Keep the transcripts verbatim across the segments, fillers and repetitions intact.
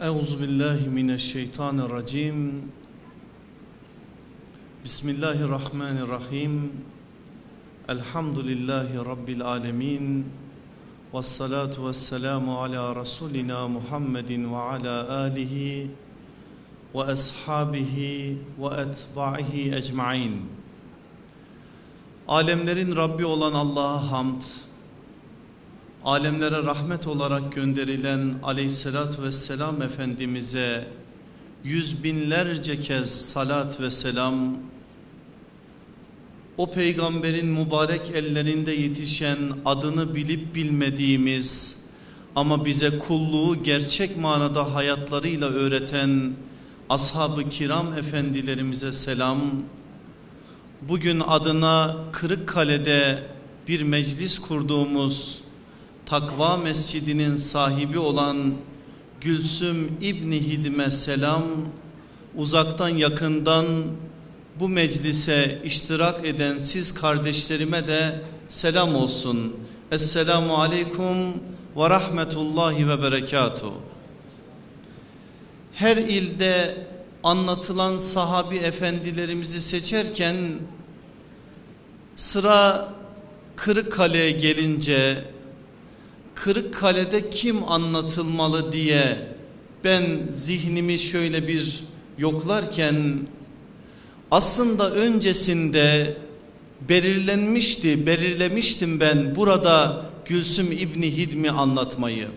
Euzu billahi mineşşeytanirracim. Bismillahirrahmanirrahim. Elhamdülillahi rabbil alamin. Ves salatu vesselamu ala rasulina Muhammedin ve ala alihi ve ashabihi ve etba'ihi ecmaîn. Alemlerin Rabbi olan Allah'a hamd, alemlere rahmet olarak gönderilen aleyhissalatü vesselam Efendimiz'e yüz binlerce kez salat ve selam, o peygamberin mübarek ellerinde yetişen, adını bilip bilmediğimiz ama bize kulluğu gerçek manada hayatlarıyla öğreten ashab-ı kiram efendilerimize selam. Bugün adına Kırıkkale'de bir meclis kurduğumuz Takva Mescidi'nin sahibi olan Gülsüm İbni Hidim'e selam. Uzaktan yakından bu meclise iştirak eden siz kardeşlerime de selam olsun. Esselamu aleyküm ve rahmetullahi ve berekatuhu. Her ilde anlatılan sahabi efendilerimizi seçerken sıra Kırıkkale'ye gelince Kırıkkale'de kim anlatılmalı diye ben zihnimi şöyle bir yoklarken aslında öncesinde belirlenmişti, belirlemiştim ben burada Gülsüm İbni Hidm'i anlatmayı.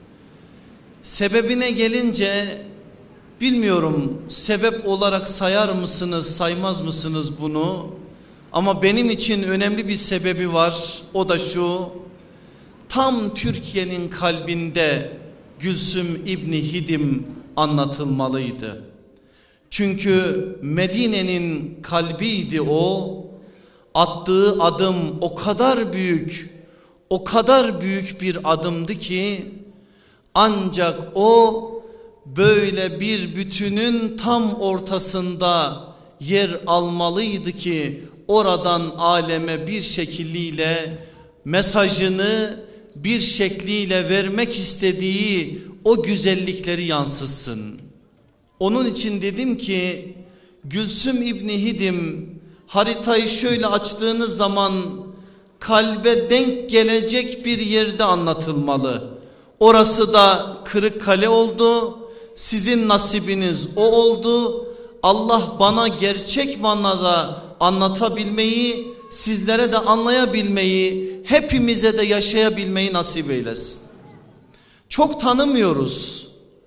Sebebine gelince bilmiyorum, sebep olarak sayar mısınız, saymaz mısınız bunu? Ama benim için önemli bir sebebi var. O da şu: tam Türkiye'nin kalbinde Gülsüm İbni Hidim anlatılmalıydı. Çünkü Medine'nin kalbiydi o. Attığı adım o kadar büyük, o kadar büyük bir adımdı ki ancak o böyle bir bütünün tam ortasında yer almalıydı ki oradan aleme bir şekliyle mesajını bir şekliyle vermek istediği o güzellikleri yansıtsın. Onun için dedim ki Gülsüm İbni Hidim haritayı şöyle açtığınız zaman kalbe denk gelecek bir yerde anlatılmalı. Orası da Kırıkkale oldu. Sizin nasibiniz o oldu. Allah bana gerçek manada anlatabilmeyi, sizlere de anlayabilmeyi, hepimize de yaşayabilmeyi nasip eylesin. Çok tanımıyoruz.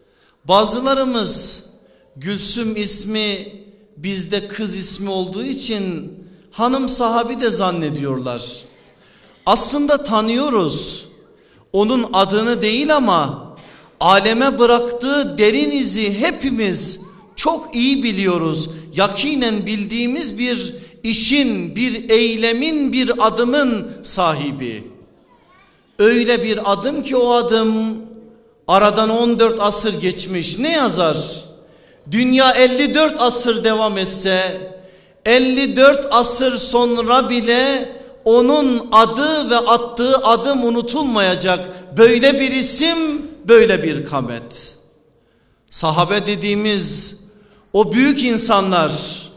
Bazılarımız Gülsüm ismi bizde kız ismi olduğu için hanım sahabi de zannediyorlar. Aslında tanıyoruz. Onun adını değil ama aleme bıraktığı derin izi hepimiz çok iyi biliyoruz. Yakinen bildiğimiz bir işin, bir eylemin, bir adımın sahibi. Öyle bir adım ki o adım aradan on dört asır geçmiş. Ne yazar? Dünya elli dört asır devam etse, elli dört asır sonra bile onun adı ve attığı adım unutulmayacak. Böyle bir isim, böyle bir kamet. Sahabe dediğimiz o büyük insanlar,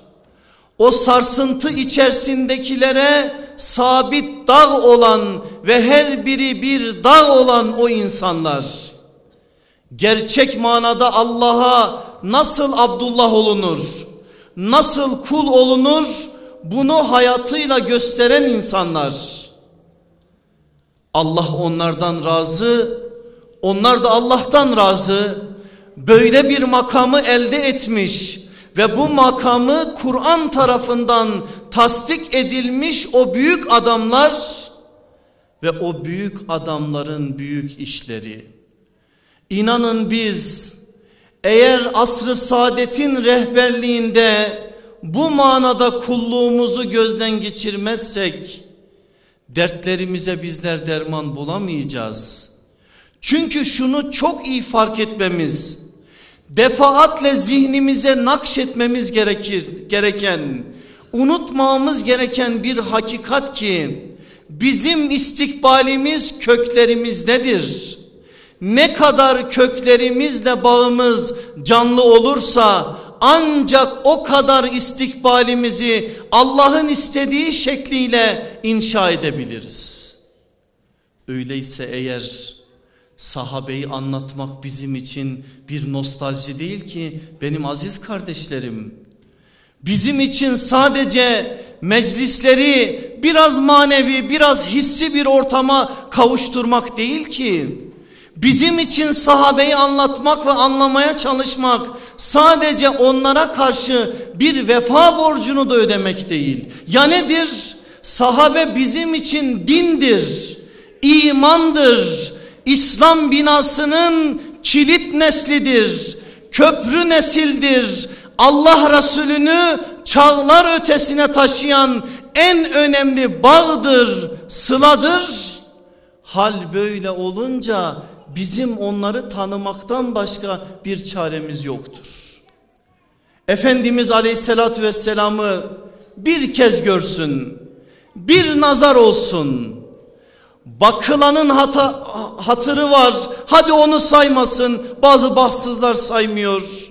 o sarsıntı içerisindekilere sabit dağ olan ve her biri bir dağ olan o insanlar, gerçek manada Allah'a nasıl Abdullah olunur, nasıl kul olunur, bunu hayatıyla gösteren insanlar. Allah onlardan razı, onlar da Allah'tan razı. Böyle bir makamı elde etmiş ve bu makamı Kur'an tarafından tasdik edilmiş o büyük adamlar ve o büyük adamların büyük işleri. İnanın biz eğer asr-ı saadetin rehberliğinde bu manada kulluğumuzu gözden geçirmezsek dertlerimize bizler derman bulamayacağız. Çünkü şunu çok iyi fark etmemiz, defaatle zihnimize nakşetmemiz gerekir, gereken, unutmamamız gereken bir hakikat ki bizim istikbalimiz, köklerimiz nedir? Ne kadar köklerimizle bağımız canlı olursa ancak o kadar istikbalimizi Allah'ın istediği şekliyle inşa edebiliriz. Öyleyse eğer sahabeyi anlatmak bizim için bir nostalji değil ki benim aziz kardeşlerim. Bizim için sadece meclisleri biraz manevi, biraz hissi bir ortama kavuşturmak değil ki. Bizim için sahabeyi anlatmak ve anlamaya çalışmak sadece onlara karşı bir vefa borcunu da ödemek değil. Ya nedir? Sahabe bizim için dindir, imandır, İslam binasının kilit neslidir, köprü nesildir. Allah Resulü'nü çağlar ötesine taşıyan en önemli bağdır, sıladır. Hal böyle olunca bizim onları tanımaktan başka bir çaremiz yoktur. Efendimiz Aleyhisselatü Vesselam'ı bir kez görsün, bir nazar olsun. Bakılanın hata, hatırı var, hadi onu saymasın, bazı bahtsızlar saymıyor.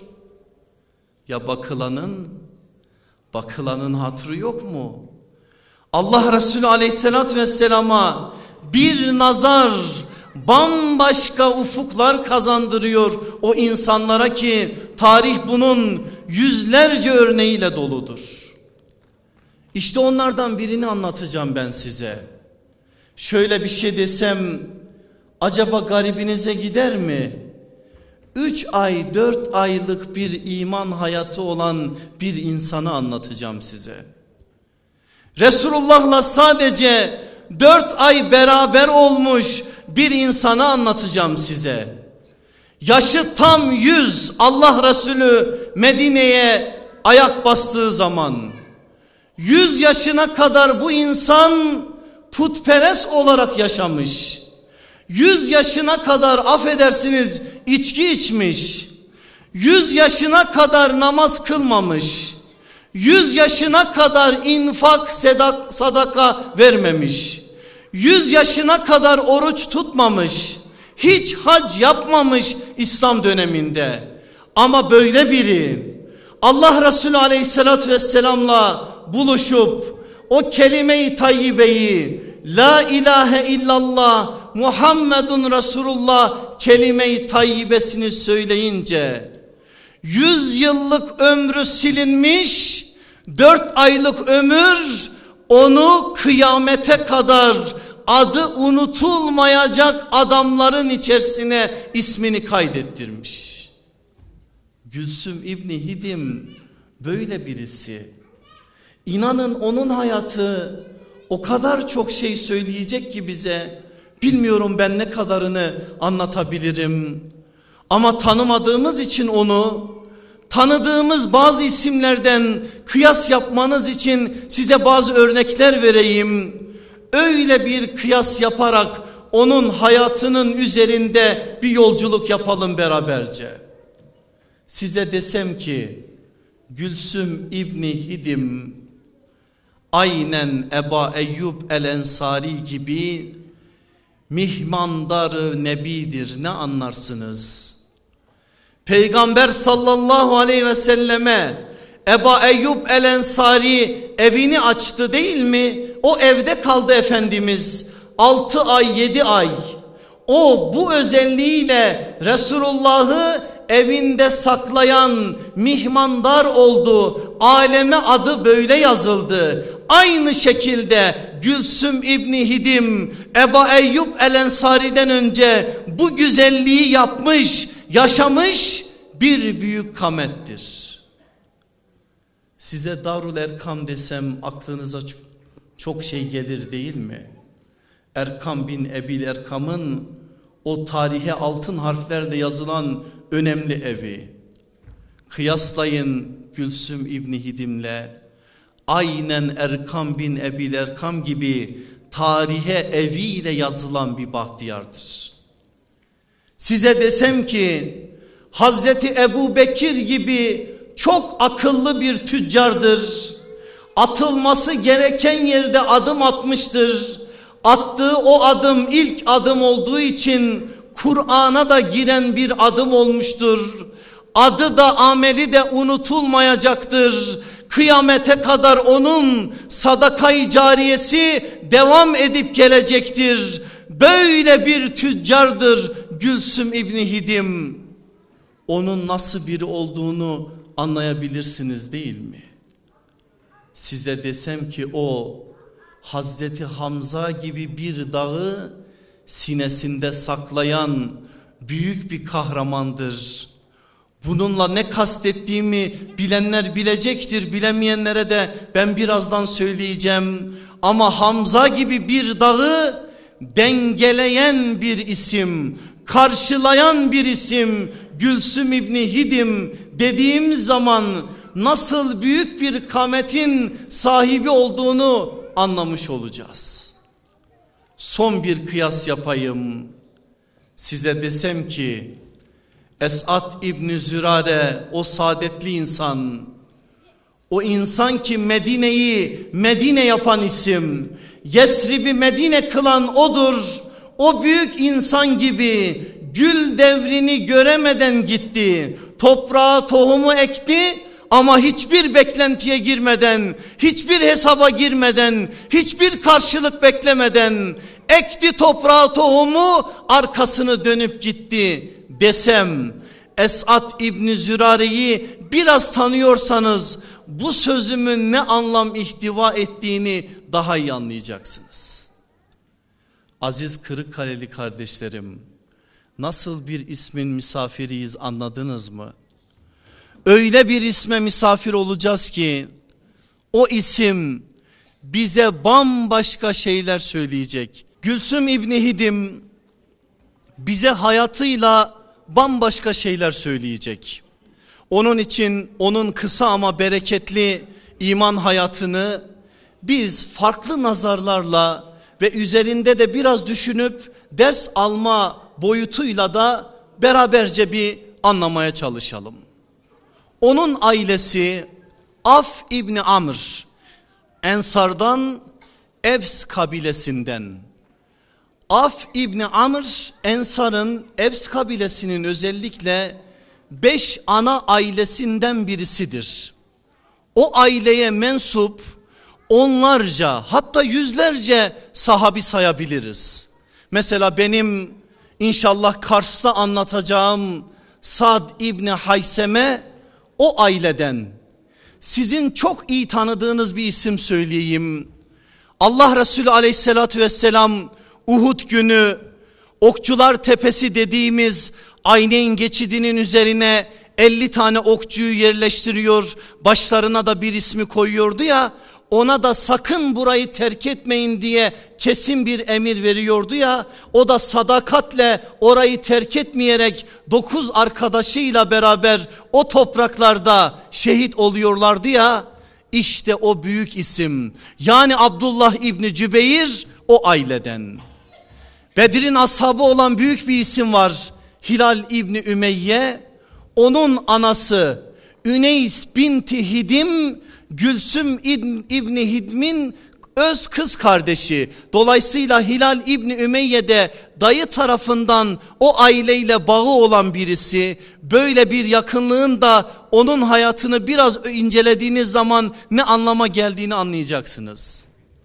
Ya bakılanın, bakılanın hatırı yok mu? Allah Resulü Aleyhisselatü Vesselam'a bir nazar bambaşka ufuklar kazandırıyor o insanlara ki tarih bunun yüzlerce örneğiyle doludur. İşte onlardan birini anlatacağım ben size. Şöyle bir şey desem acaba garibinize gider mi? Üç ay dört aylık bir iman hayatı olan bir insanı anlatacağım size. Resulullah'la sadece dört ay beraber olmuş bir insanı anlatacağım size. Yaşı tam yüz, Allah Resulü Medine'ye ayak bastığı zaman yüz yaşına kadar bu insan putperest olarak yaşamış. Yüz yaşına kadar affedersiniz içki içmiş. Yüz yaşına kadar namaz kılmamış. Yüz yaşına kadar infak sedak, sadaka vermemiş. Yüz yaşına kadar oruç tutmamış. Hiç hac yapmamış İslam döneminde. Ama böyle biri Allah Resulü Aleyhisselatü Vesselam'la buluşup o kelime-i tayyibeyi La ilahe illallah Muhammedun Resulullah kelime-i tayyibesini söyleyince yüz yıllık ömrü silinmiş, dört aylık ömür onu kıyamete kadar adı unutulmayacak adamların içerisine ismini kaydettirmiş. Gülsüm İbni Hidim böyle birisi. İnanın onun hayatı o kadar çok şey söyleyecek ki bize, bilmiyorum ben ne kadarını anlatabilirim. Ama tanımadığımız için onu, tanıdığımız bazı isimlerden kıyas yapmanız için size bazı örnekler vereyim. Öyle bir kıyas yaparak onun hayatının üzerinde bir yolculuk yapalım beraberce. Size desem ki Gülsüm İbni Hidim aynen Eba Eyyub el-Ensari gibi mihmandarı nebidir, ne anlarsınız? Peygamber sallallahu aleyhi ve selleme Eba Eyyub el-Ensari evini açtı değil mi? O evde kaldı Efendimiz altı ay yedi ay. O bu özelliğiyle Resulullah'ı evinde saklayan mihmandar oldu. Aleme adı böyle yazıldı. Aynı şekilde Gülsüm İbni Hidim Eba Eyyub el-Ensari'den önce bu güzelliği yapmış, yaşamış bir büyük kamettir. Size Darul Erkam desem aklınıza çok şey gelir değil mi? Erkam bin Ebil Erkam'ın o tarihe altın harflerle yazılan önemli evi. Kıyaslayın Gülsüm İbni Hidim'le, aynen Erkam bin Ebil Erkam gibi tarihe eviyle yazılan bir bahtiyardır. Size desem ki Hazreti Ebu Bekir gibi çok akıllı bir tüccardır. Atılması gereken yerde adım atmıştır. Attığı o adım ilk adım olduğu için Kur'an'a da giren bir adım olmuştur. Adı da ameli de unutulmayacaktır. Kıyamete kadar onun sadaka-i cariyesi devam edip gelecektir. Böyle bir tüccardır Gülsüm İbni Hidim. Onun nasıl biri olduğunu anlayabilirsiniz değil mi? Size desem ki o Hazreti Hamza gibi bir dağı sinesinde saklayan büyük bir kahramandır. Bununla ne kastettiğimi bilenler bilecektir, bilemeyenlere de ben birazdan söyleyeceğim. Ama Hamza gibi bir dağı dengeleyen bir isim, karşılayan bir isim Gülsüm İbni Hidim dediğimiz zaman nasıl büyük bir kametin sahibi olduğunu anlamış olacağız. Son bir kıyas yapayım. Size desem ki Esad İbni Zürare, o saadetli insan, o insan ki Medine'yi Medine yapan isim, Yesrib'i Medine kılan odur. O büyük insan gibi gül devrini göremeden gitti. Toprağa tohumu ekti ama hiçbir beklentiye girmeden, hiçbir hesaba girmeden, hiçbir karşılık beklemeden ekti toprağa tohumu, arkasını dönüp gitti desem, Esad İbni Zürare'yi biraz tanıyorsanız bu sözümün ne anlam ihtiva ettiğini daha iyi anlayacaksınız. Aziz Kırıkkaleli kardeşlerim, nasıl bir ismin misafiriyiz anladınız mı? Öyle bir isme misafir olacağız ki o isim bize bambaşka şeyler söyleyecek. Gülsüm İbni Hidim bize hayatıyla bambaşka şeyler söyleyecek. Onun için onun kısa ama bereketli iman hayatını biz farklı nazarlarla ve üzerinde de biraz düşünüp ders alma boyutuyla da beraberce bir anlamaya çalışalım. Onun ailesi Af İbni Amr, Ensardan, Evs kabilesinden. Af İbni Amr, Ensar'ın, Evs kabilesinin özellikle beş ana ailesinden birisidir. O aileye mensup onlarca, hatta yüzlerce sahabi sayabiliriz. Mesela benim inşallah Kars'ta anlatacağım Sad İbni Hayseme o aileden. Sizin çok iyi tanıdığınız bir isim söyleyeyim. Allah Resulü aleyhissalatü vesselam Uhud günü Okçular Tepesi dediğimiz Ayneyn geçidinin üzerine elli tane okçuyu yerleştiriyor, başlarına da bir ismi koyuyordu ya, ona da sakın burayı terk etmeyin diye kesin bir emir veriyordu ya, o da sadakatle orayı terk etmeyerek dokuz arkadaşıyla beraber o topraklarda şehit oluyorlardı ya, işte o büyük isim yani Abdullah İbni Cübeyr o aileden. Bedir'in ashabı olan büyük bir isim var, Hilal İbni Ümeyye, onun anası Üneys binti Hidim, Gülsüm İbni Hidm'in öz kız kardeşi. Dolayısıyla Hilal İbni Ümeyye de dayı tarafından o aileyle bağı olan birisi. Böyle bir yakınlığın da onun hayatını biraz incelediğiniz zaman ne anlama geldiğini anlayacaksınız.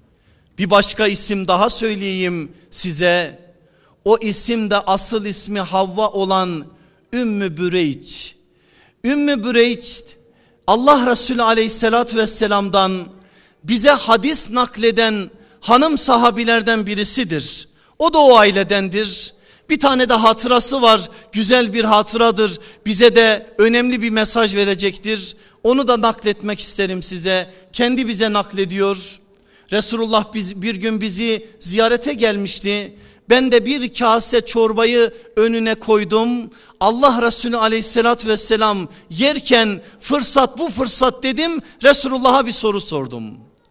Bir başka isim daha söyleyeyim size. O isim de asıl ismi Havva olan Ümmü Büreyç. Ümmü Büreyç Allah Resulü aleyhissalatü vesselam'dan bize hadis nakleden hanım sahabilerden birisidir. O da o ailedendir. Bir tane de hatırası var, güzel bir hatıradır. Bize de önemli bir mesaj verecektir. Onu da nakletmek isterim size. Kendi bize naklediyor. Resulullah biz, bir gün bizi ziyarete gelmişti. Ben de bir kase çorbayı önüne koydum. Allah Resulü aleyhissalatü vesselam yerken fırsat bu fırsat dedim. Resulullah'a bir soru sordum.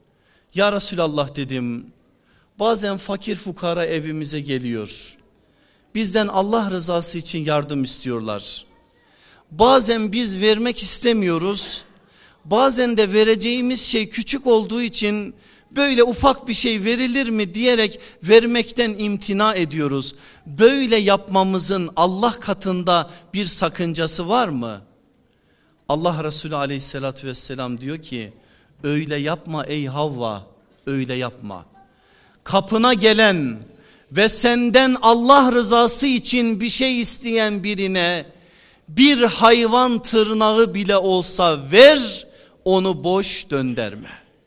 Ya Resulallah dedim, bazen fakir fukara evimize geliyor. Bizden Allah rızası için yardım istiyorlar. Bazen biz vermek istemiyoruz. Bazen de vereceğimiz şey küçük olduğu için Böyle ufak bir şey verilir mi diyerek vermekten imtina ediyoruz. Böyle yapmamızın Allah katında bir sakıncası var mı? Allah Resulü aleyhissalatü vesselam diyor ki öyle yapma ey Havva, öyle yapma. Kapına gelen ve senden Allah rızası için bir şey isteyen birine bir hayvan tırnağı bile olsa ver, onu boş döndürme.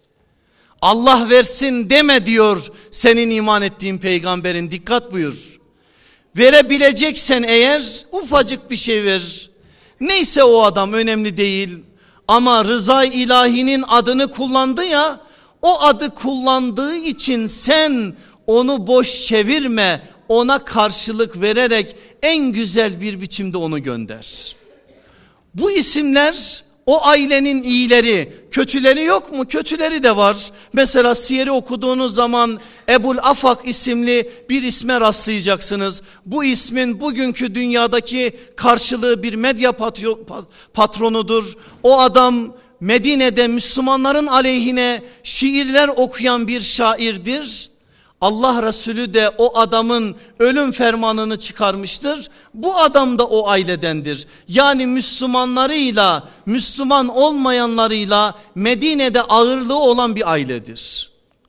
Allah versin deme diyor senin iman ettiğin peygamberin, dikkat buyur. Verebileceksen eğer ufacık bir şey ver. Neyse o adam önemli değil ama rıza ilahinin adını kullandı ya, o adı kullandığı için sen onu boş çevirme, ona karşılık vererek en güzel bir biçimde onu gönder. Bu isimler o ailenin iyileri, kötüleri yok mu? Kötüleri de var. Mesela Siyer'i okuduğunuz zaman Ebul Afak isimli bir isme rastlayacaksınız. Bu ismin bugünkü dünyadaki karşılığı bir medya patronudur. O adam Medine'de Müslümanların aleyhine şiirler okuyan bir şairdir. Allah Resulü de o adamın ölüm fermanını çıkarmıştır. Bu adam da o ailedendir. Yani Müslümanlarıyla, Müslüman olmayanlarıyla Medine'de ağırlığı olan bir ailedir.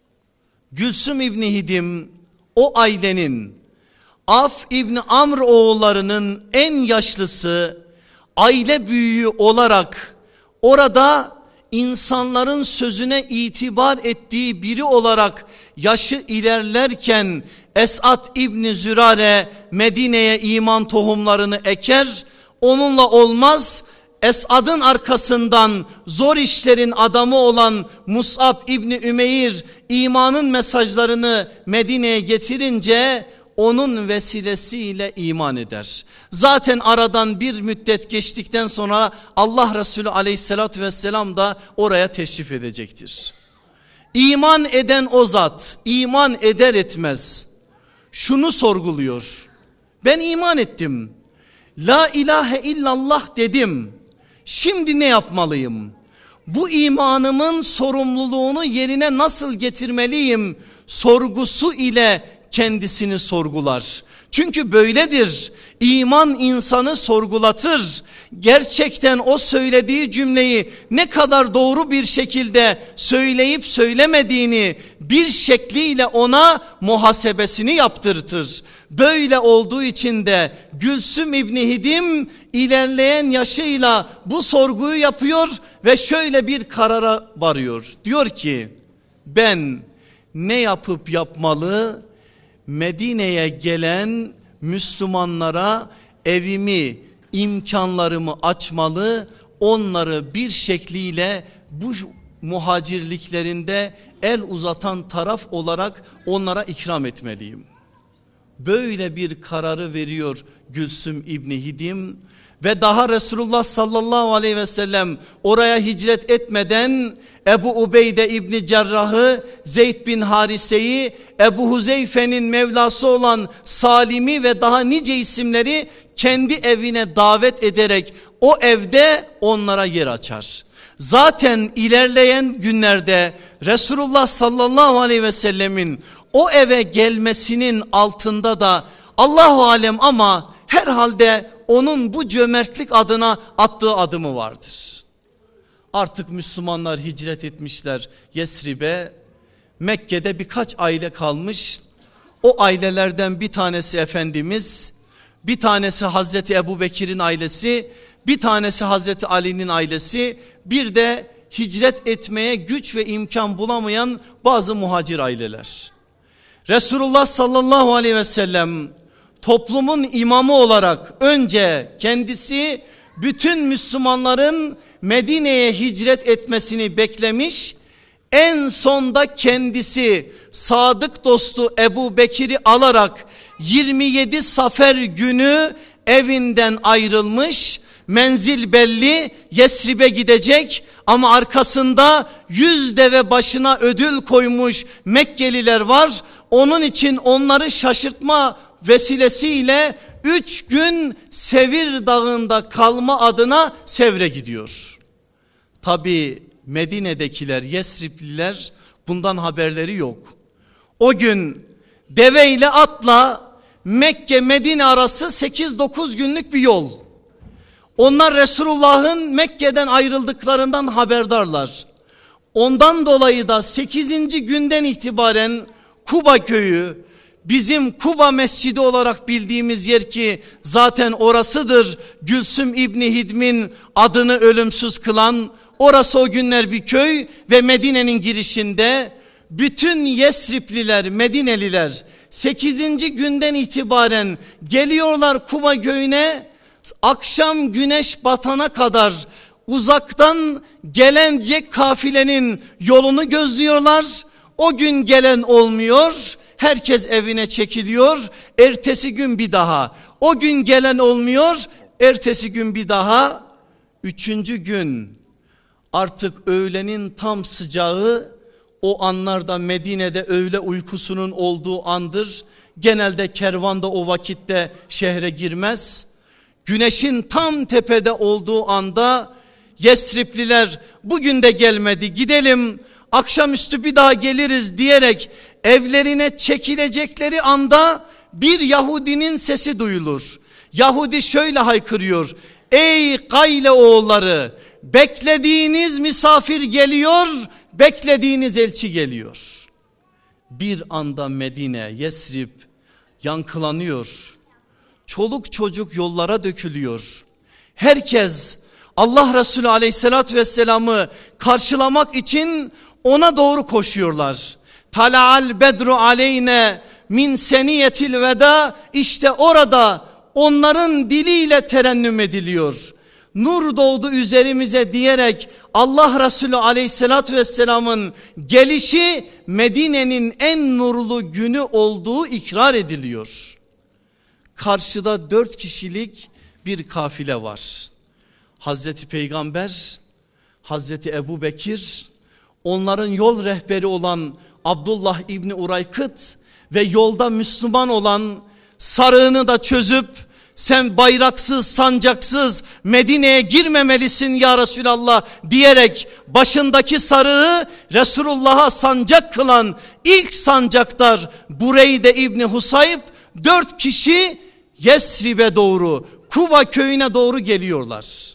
Gülsüm İbni Hidim o ailenin, Af İbni Amr oğullarının en yaşlısı, aile büyüğü olarak orada insanların sözüne itibar ettiği biri olarak yaşı ilerlerken Esad İbni Zürare Medine'ye iman tohumlarını eker. Onunla olmaz. Esad'ın arkasından zor işlerin adamı olan Mus'ab İbni Ümeyr imanın mesajlarını Medine'ye getirince onun vesilesiyle iman eder. Zaten aradan bir müddet geçtikten sonra Allah Resulü aleyhissalatü vesselam da oraya teşrif edecektir. İman eden o zat iman eder etmez şunu sorguluyor. Ben iman ettim. La ilahe illallah dedim. Şimdi ne yapmalıyım? Bu imanımın sorumluluğunu yerine nasıl getirmeliyim? Sorgusu ile kendisini sorgular. Çünkü böyledir. İman insanı sorgulatır. Gerçekten o söylediği cümleyi ne kadar doğru bir şekilde söyleyip söylemediğini bir şekliyle ona muhasebesini yaptırtır. Böyle olduğu için de Gülsüm İbni Hidim ilerleyen yaşıyla bu sorguyu yapıyor ve şöyle bir karara varıyor. Diyor ki ben ne yapıp yapmalı? Medine'ye gelen Müslümanlara evimi, imkanlarımı açmalı, onları bir şekliyle bu muhacirliklerinde el uzatan taraf olarak onlara ikram etmeliyim. Böyle bir kararı veriyor Gülsüm İbni Hidim ve daha Resulullah sallallahu aleyhi ve sellem oraya hicret etmeden Ebu Ubeyde İbni Cerrah'ı, Zeyd bin Harise'yi, Ebu Huzeyfe'nin Mevlası olan Salim'i ve daha nice isimleri kendi evine davet ederek o evde onlara yer açar. Zaten ilerleyen günlerde Resulullah sallallahu aleyhi ve sellemin o eve gelmesinin altında da Allahu alem ama herhalde onun bu cömertlik adına attığı adımı vardır. Artık Müslümanlar hicret etmişler Yesrib'e. Mekke'de birkaç aile kalmış. O ailelerden bir tanesi Efendimiz, bir tanesi Hazreti Ebu Bekir'in ailesi, bir tanesi Hazreti Ali'nin ailesi, bir de hicret etmeye güç ve imkan bulamayan bazı muhacir aileler. Resulullah sallallahu aleyhi ve sellem toplumun imamı olarak önce kendisi bütün Müslümanların Medine'ye hicret etmesini beklemiş. En sonda kendisi sadık dostu Ebu Bekir'i alarak yirmi yedi Safer günü evinden ayrılmış. Menzil belli, Yesrib'e gidecek ama arkasında yüz deve başına ödül koymuş Mekkeliler var. Onun için onları şaşırtma vesilesiyle üç gün Sevir Dağı'nda kalma adına Sevr'e gidiyor. Tabi Medine'dekiler, Yesripliler Bundan haberleri yok. O gün deve ile atla Mekke Medine arası sekiz dokuz günlük bir yol. Onlar Resulullah'ın Mekke'den ayrıldıklarından haberdarlar. Ondan dolayı da sekizinci günden itibaren Kuba köyü, bizim Kuba Mescidi olarak bildiğimiz yer ki zaten orasıdır, Gülsüm İbni Hidm'in adını ölümsüz kılan, orası o günler bir köy ve Medine'nin girişinde bütün Yesripliler, Medineliler sekizinci günden itibaren geliyorlar Kuba köyüne. Akşam güneş batana kadar uzaktan gelecek kafilenin yolunu gözlüyorlar. O gün gelen olmuyor. Herkes evine çekiliyor. Ertesi gün bir daha. O gün gelen olmuyor. Ertesi gün bir daha. Üçüncü gün artık öğlenin tam sıcağı, o anlarda Medine'de öğle uykusunun olduğu andır. Genelde kervan da o vakitte şehre girmez. Güneşin tam tepede olduğu anda Yesripliler bugün de gelmedi, gidelim akşamüstü bir daha geliriz diyerek evlerine çekilecekleri anda bir Yahudinin sesi duyulur. Yahudi şöyle haykırıyor: ey Kayle oğulları, beklediğiniz misafir geliyor, beklediğiniz elçi geliyor. Bir anda Medine, Yesrib yankılanıyor. Çoluk çocuk yollara dökülüyor. Herkes Allah Resulü aleyhissalatü vesselam'ı karşılamak için ona doğru koşuyorlar. Tala'al bedru aleyne min seniyetil veda, işte orada onların diliyle terennüm ediliyor. Nur doğdu üzerimize diyerek Allah Resulü aleyhissalatü vesselam'ın gelişi Medine'nin en nurlu günü olduğu ikrar ediliyor. Karşıda dört kişilik bir kafile var. Hazreti Peygamber, Hazreti Ebu Bekir, onların yol rehberi olan Abdullah İbni Uraykıt ve yolda Müslüman olan, sarığını da çözüp sen bayraksız sancaksız Medine'ye girmemelisin ya Resulallah diyerek başındaki sarığı Resulullah'a sancak kılan ilk sancaktar Bureyde İbni Husayb, dört kişi Yesrib'e doğru, Kuba köyüne doğru geliyorlar.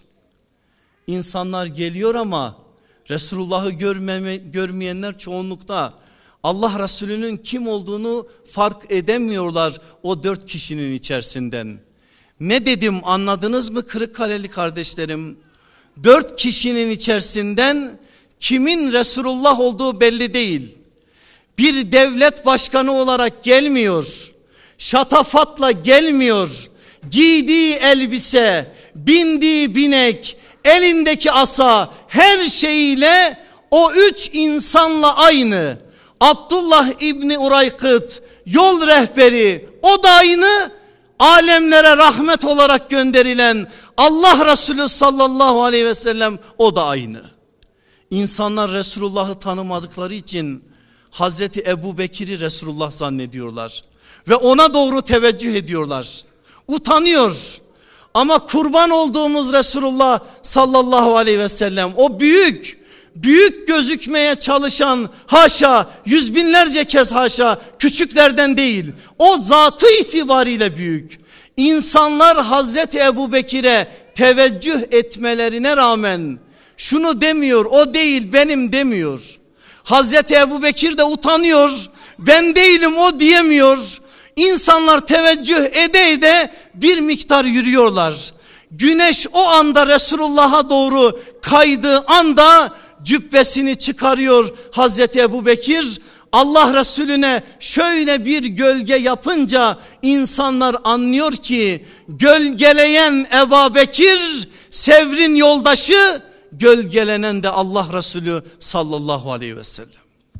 İnsanlar geliyor ama Resulullah'ı görmeme, görmeyenler çoğunlukta. Allah Resulü'nün kim olduğunu fark edemiyorlar o dört kişinin içerisinden. Ne dedim, anladınız mı Kırıkkaleli kardeşlerim? Dört kişinin içerisinden kimin Resulullah olduğu belli değil. Bir devlet başkanı olarak gelmiyor. Şatafatla gelmiyor. Giydiği elbise, bindiği binek, elindeki asa, her şeyiyle o üç insanla aynı. Abdullah İbni Uraykıt yol rehberi, o da aynı. Alemlere rahmet olarak gönderilen Allah Resulü sallallahu aleyhi ve sellem, o da aynı. İnsanlar Resulullah'ı tanımadıkları için Hazreti Ebu Bekir'i Resulullah zannediyorlar ve ona doğru teveccüh ediyorlar. Utanıyor ama kurban olduğumuz Resulullah sallallahu aleyhi ve sellem, o büyük büyük gözükmeye çalışan, haşa, yüz binlerce kez haşa, küçüklerden değil, o zatı itibariyle büyük. İnsanlar Hazreti Ebu Bekir'e teveccüh etmelerine rağmen şunu demiyor, o değil benim demiyor. Hazreti Ebu Bekir de utanıyor, ben değilim o diyemiyor. İnsanlar teveccüh ede ede bir miktar yürüyorlar. Güneş o anda Resulullah'a doğru kaydığı anda cübbesini çıkarıyor Hazreti Ebu Bekir. Allah Resulüne şöyle bir gölge yapınca insanlar anlıyor ki gölgeleyen Ebu Bekir Sevr'in yoldaşı, gölgelenen de Allah Resulü sallallahu aleyhi ve sellem.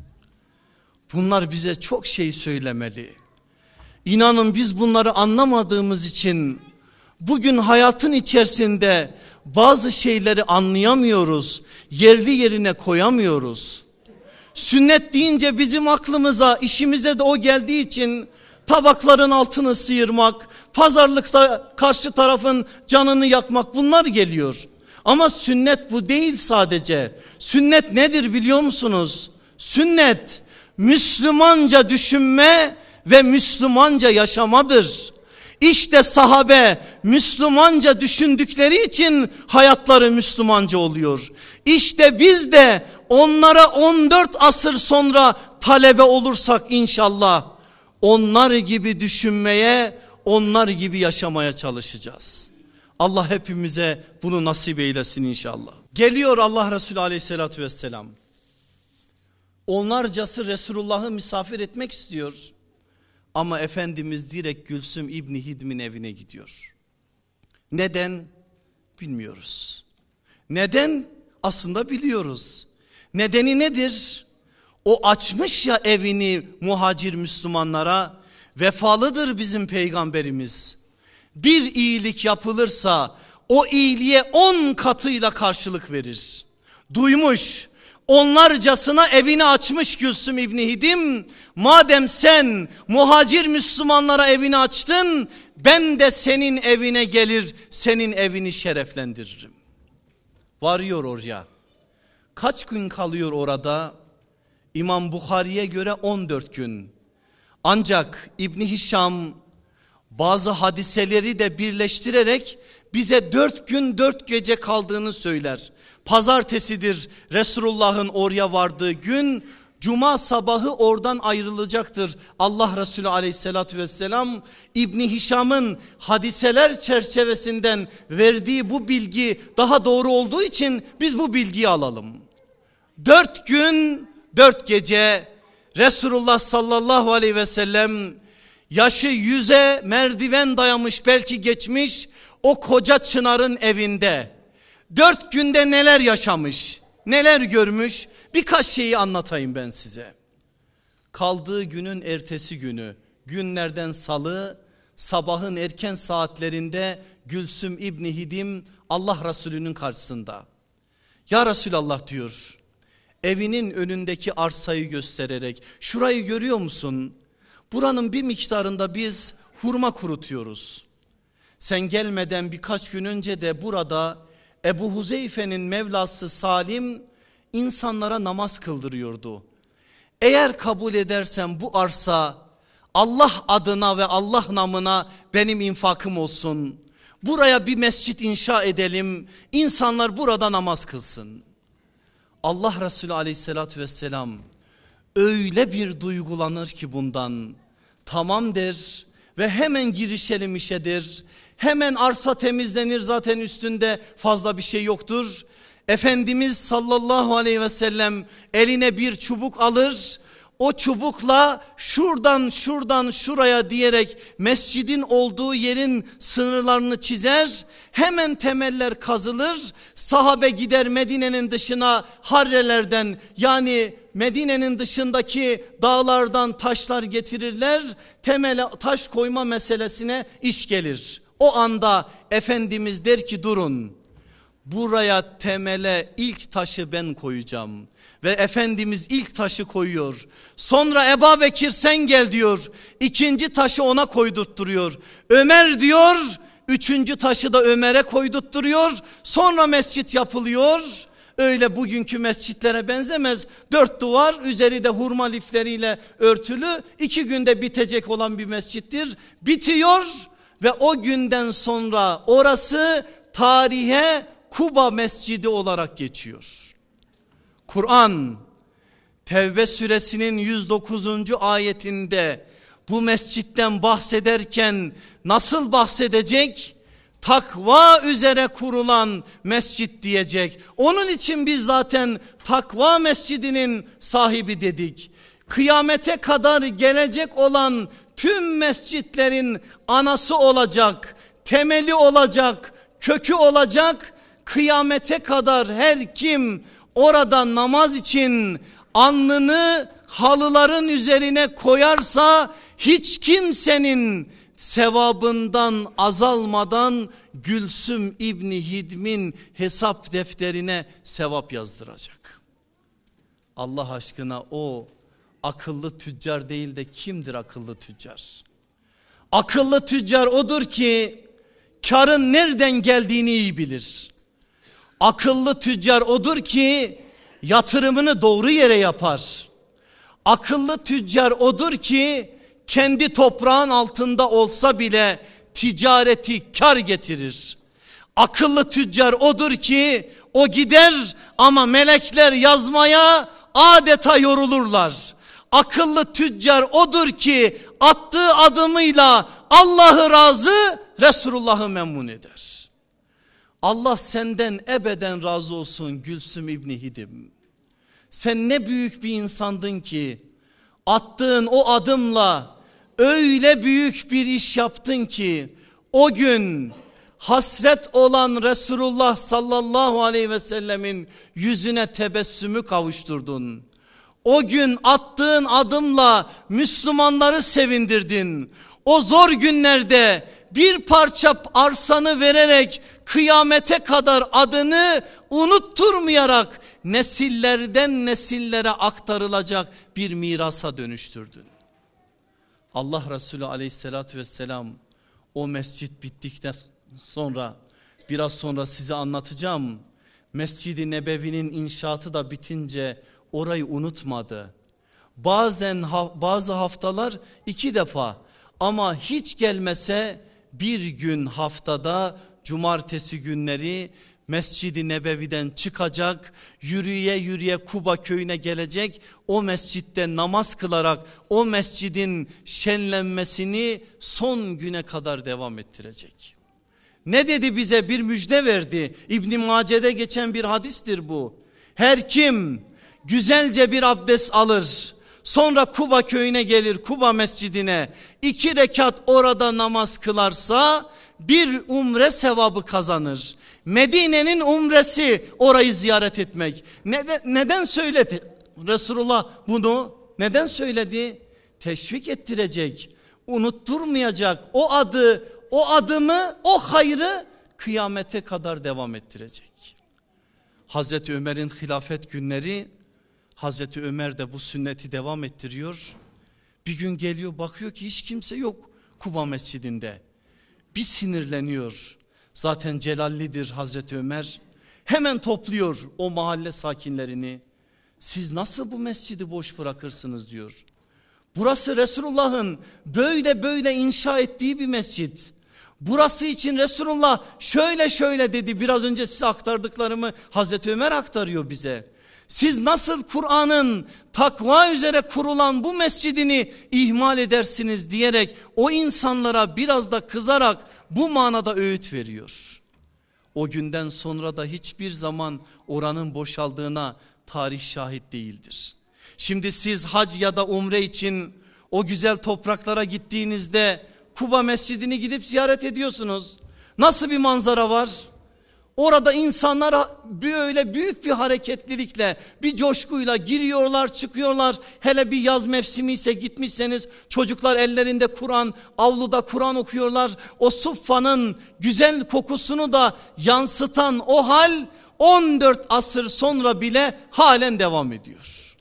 Bunlar bize çok şey söylemeli. İnanın biz bunları anlamadığımız için bugün hayatın içerisinde bazı şeyleri anlayamıyoruz, yerli yerine koyamıyoruz. Sünnet deyince bizim aklımıza, işimize de o geldiği için tabakların altını sıyırmak, pazarlıkta karşı tarafın canını yakmak, bunlar geliyor. Ama sünnet bu değil sadece. Sünnet nedir biliyor musunuz? Sünnet Müslümanca düşünme ve Müslümanca yaşamadır. İşte sahabe Müslümanca düşündükleri için hayatları Müslümanca oluyor. İşte biz de onlara on dört asır sonra talebe olursak inşallah onlar gibi düşünmeye, onlar gibi yaşamaya çalışacağız. Allah hepimize bunu nasip eylesin inşallah. Geliyor Allah Resulü aleyhissalatü vesselam. Onlarcası Resulullah'ı misafir etmek istiyor. Ama Efendimiz direkt Gülsüm İbni Hidm'in evine gidiyor. Neden? Bilmiyoruz. Neden? Aslında biliyoruz. Nedeni nedir? O açmış ya evini muhacir Müslümanlara. Vefalıdır bizim peygamberimiz. Bir iyilik yapılırsa o iyiliğe on katıyla karşılık verir. Duymuş. Onlarcasına evini açmış Gülsüm İbni Hidim. Madem sen muhacir Müslümanlara evini açtın, ben de senin evine gelir, senin evini şereflendiririm. Varıyor oraya. Kaç gün kalıyor orada? İmam Bukhari'ye göre on dört gün. Ancak İbni Hişam bazı hadiseleri de birleştirerek bize dört gün dört gece kaldığını söyler. Pazartesidir Resulullah'ın oraya vardığı gün, cuma sabahı oradan ayrılacaktır. Allah Resulü aleyhissalatü vesselam İbni Hişam'ın hadiseler çerçevesinden verdiği bu bilgi daha doğru olduğu için biz bu bilgiyi alalım. Dört gün dört gece Resulullah sallallahu aleyhi ve sellem yaşı yüze merdiven dayamış, belki geçmiş o koca çınarın evinde dört günde neler yaşamış, neler görmüş, birkaç şeyi anlatayım ben size. Kaldığı günün ertesi günü, günlerden salı, sabahın erken saatlerinde Gülsüm İbni Hidim Allah Resulü'nün karşısında. Ya Resulallah diyor, evinin önündeki arsayı göstererek, şurayı görüyor musun? Buranın bir miktarında biz hurma kurutuyoruz. Sen gelmeden birkaç gün önce de burada Ebu Huzeyfe'nin Mevlası Salim insanlara namaz kıldırıyordu. Eğer kabul edersen bu arsa Allah adına ve Allah namına benim infakım olsun. Buraya bir mescit inşa edelim. İnsanlar burada namaz kılsın. Allah Resulü aleyhissalatü vesselam öyle bir duygulanır ki bundan. Tamam der ve hemen girişelim işe der. Hemen arsa temizlenir, zaten üstünde fazla bir şey yoktur. Efendimiz sallallahu aleyhi ve sellem eline bir çubuk alır. O çubukla şuradan şuradan şuraya diyerek mescidin olduğu yerin sınırlarını çizer. Hemen temeller kazılır. Sahabe gider Medine'nin dışına harrelerden, yani Medine'nin dışındaki dağlardan taşlar getirirler. Temele taş koyma meselesine iş gelir. O anda Efendimiz der ki durun, buraya temele ilk taşı ben koyacağım. Ve Efendimiz ilk taşı koyuyor. Sonra Ebu Bekir sen gel diyor. İkinci taşı ona koydurtturuyor. Ömer diyor, üçüncü taşı da Ömer'e koydurtturuyor. Sonra mescit yapılıyor. Öyle bugünkü mescitlere benzemez. Dört duvar, üzeri de hurma lifleriyle örtülü. İki günde bitecek olan bir mescittir. Bitiyor ve o günden sonra orası tarihe Kuba Mescidi olarak geçiyor. Kur'an Tevbe suresinin yüz dokuzuncu ayetinde bu mescitten bahsederken nasıl bahsedecek? Takva üzere kurulan mescit diyecek. Onun için biz zaten takva mescidinin sahibi dedik. Kıyamete kadar gelecek olan tüm mescitlerin anası olacak, temeli olacak, kökü olacak. Kıyamete kadar her kim orada namaz için alnını halıların üzerine koyarsa hiç kimsenin sevabından azalmadan Gülsüm İbni Hidm'in hesap defterine sevap yazdıracak. Allah aşkına o akıllı tüccar değil de kimdir akıllı tüccar? Akıllı tüccar odur ki karın nereden geldiğini iyi bilir. Akıllı tüccar odur ki yatırımını doğru yere yapar. Akıllı tüccar odur ki kendi toprağın altında olsa bile ticareti kar getirir. Akıllı tüccar odur ki o gider ama melekler yazmaya adeta yorulurlar. Akıllı tüccar odur ki attığı adımıyla Allah'ı razı, Resulullah'ı memnun eder. Allah senden ebeden razı olsun Gülsüm İbni Hidim. Sen ne büyük bir insandın ki attığın o adımla öyle büyük bir iş yaptın ki o gün hasret olan Resulullah sallallahu aleyhi ve sellemin yüzüne tebessümü kavuşturdun. O gün attığın adımla Müslümanları sevindirdin. O zor günlerde bir parça arsanı vererek kıyamete kadar adını unutturmayarak nesillerden nesillere aktarılacak bir mirasa dönüştürdün. Allah Resulü aleyhissalatü vesselam o mescit bittikten sonra, biraz sonra size anlatacağım, Mescid-i Nebevi'nin inşaatı da bitince orayı unutmadı. Bazen bazı haftalar iki defa, ama hiç gelmese bir gün haftada cumartesi günleri Mescid-i Nebevi'den çıkacak, yürüye yürüye Kuba köyüne gelecek, o mescitte namaz kılarak o mescidin şenlenmesini son güne kadar devam ettirecek. Ne dedi bize? Bir müjde verdi. İbn-i Mace'de geçen bir hadistir bu. Her kim güzelce bir abdest alır, sonra Kuba köyüne gelir, Kuba mescidine iki rekat orada namaz kılarsa bir umre sevabı kazanır. Medine'nin umresi orayı ziyaret etmek. Neden, neden söyledi Resulullah bunu? Neden söyledi? Teşvik ettirecek, unutturmayacak, o adı, o adımı, o hayrı kıyamete kadar devam ettirecek. Hazreti Ömer'in hilafet günleri, Hazreti Ömer de bu sünneti devam ettiriyor. Bir gün geliyor, bakıyor ki hiç kimse yok Kuba mescidinde. Bir sinirleniyor. Zaten celallidir Hazreti Ömer. Hemen topluyor o mahalle sakinlerini. Siz nasıl bu mescidi boş bırakırsınız diyor. Burası Resulullah'ın böyle böyle inşa ettiği bir mescit. Burası için Resulullah şöyle şöyle dedi. Biraz önce size aktardıklarımı Hazreti Ömer aktarıyor bize. Siz nasıl Kur'an'ın takva üzere kurulan bu mescidini ihmal edersiniz diyerek o insanlara biraz da kızarak bu manada öğüt veriyor. O günden sonra da hiçbir zaman oranın boşaldığına tarih şahit değildir. Şimdi siz hac ya da umre için o güzel topraklara gittiğinizde Kuba mescidini gidip ziyaret ediyorsunuz. Nasıl bir manzara var? Orada insanlar böyle büyük bir hareketlilikle, bir coşkuyla giriyorlar, çıkıyorlar. Hele bir yaz mevsimi ise gitmişseniz çocuklar ellerinde Kur'an, avluda Kur'an okuyorlar. O suffanın güzel kokusunu da yansıtan o hal on dört asır sonra bile halen devam ediyor.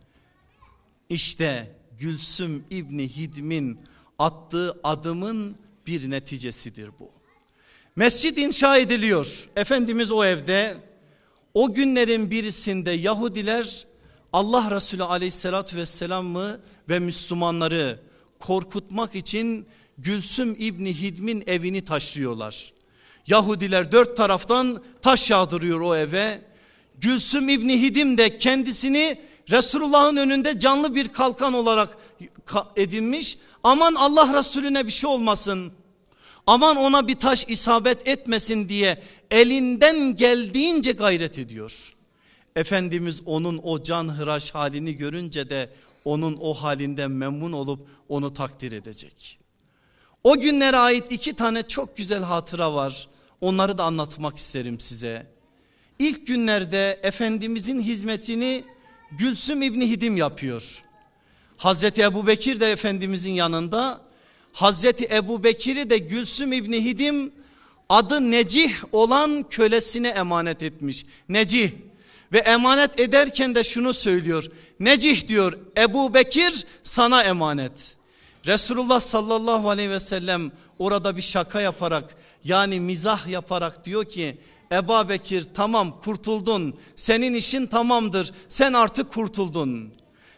İşte Gülsüm İbni Hidm'in attığı adımın bir neticesidir bu. Mescid inşa ediliyor. Efendimiz o evde. O günlerin birisinde Yahudiler Allah Resulü aleyhissalatü vesselam'ı ve Müslümanları korkutmak için Gülsüm İbni Hidm'in evini taşlıyorlar. Yahudiler dört taraftan taş yağdırıyor o eve. Gülsüm İbni Hidim de kendisini Resulullah'ın önünde canlı bir kalkan olarak edinmiş. Aman Allah Resulüne bir şey olmasın, aman ona bir taş isabet etmesin diye elinden geldiğince gayret ediyor. Efendimiz onun o canhıraş halini görünce de onun o halinden memnun olup onu takdir edecek. O günlere ait iki tane çok güzel hatıra var. Onları da anlatmak isterim size. İlk günlerde Efendimizin hizmetini Gülsüm İbni Hidim yapıyor. Hazreti Ebubekir de Efendimizin yanında. Hazreti Ebubekir'i de Gülsüm İbni Hidim adı Necih olan kölesine emanet etmiş. Necih. Ve emanet ederken de şunu söylüyor. Necih diyor, Ebubekir sana emanet. Resulullah sallallahu aleyhi ve sellem orada bir şaka yaparak, yani mizah yaparak diyor ki Ebubekir tamam kurtuldun, senin işin tamamdır, sen artık kurtuldun.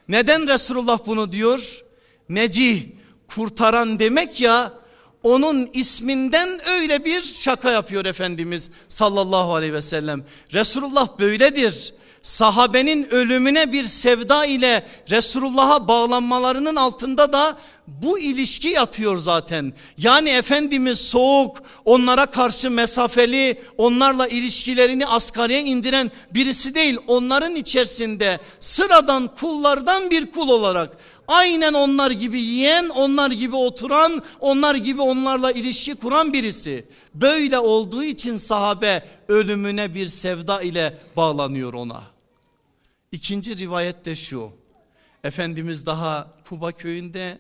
Neden Resulullah bunu diyor? Necih, kurtaran demek ya, onun isminden öyle bir şaka yapıyor Efendimiz sallallahu aleyhi ve sellem. Resulullah böyledir. Sahabenin ölümüne bir sevda ile Resulullah'a bağlanmalarının altında da bu ilişki yatıyor zaten. Yani Efendimiz soğuk, onlara karşı mesafeli, onlarla ilişkilerini asgariye indiren birisi değil. Onların içerisinde sıradan kullardan bir kul olarak, aynen onlar gibi yiyen, onlar gibi oturan, onlar gibi onlarla ilişki kuran birisi. Böyle olduğu için sahabe ölümüne bir sevda ile bağlanıyor ona. İkinci rivayet de şu: Efendimiz daha Kuba köyünde,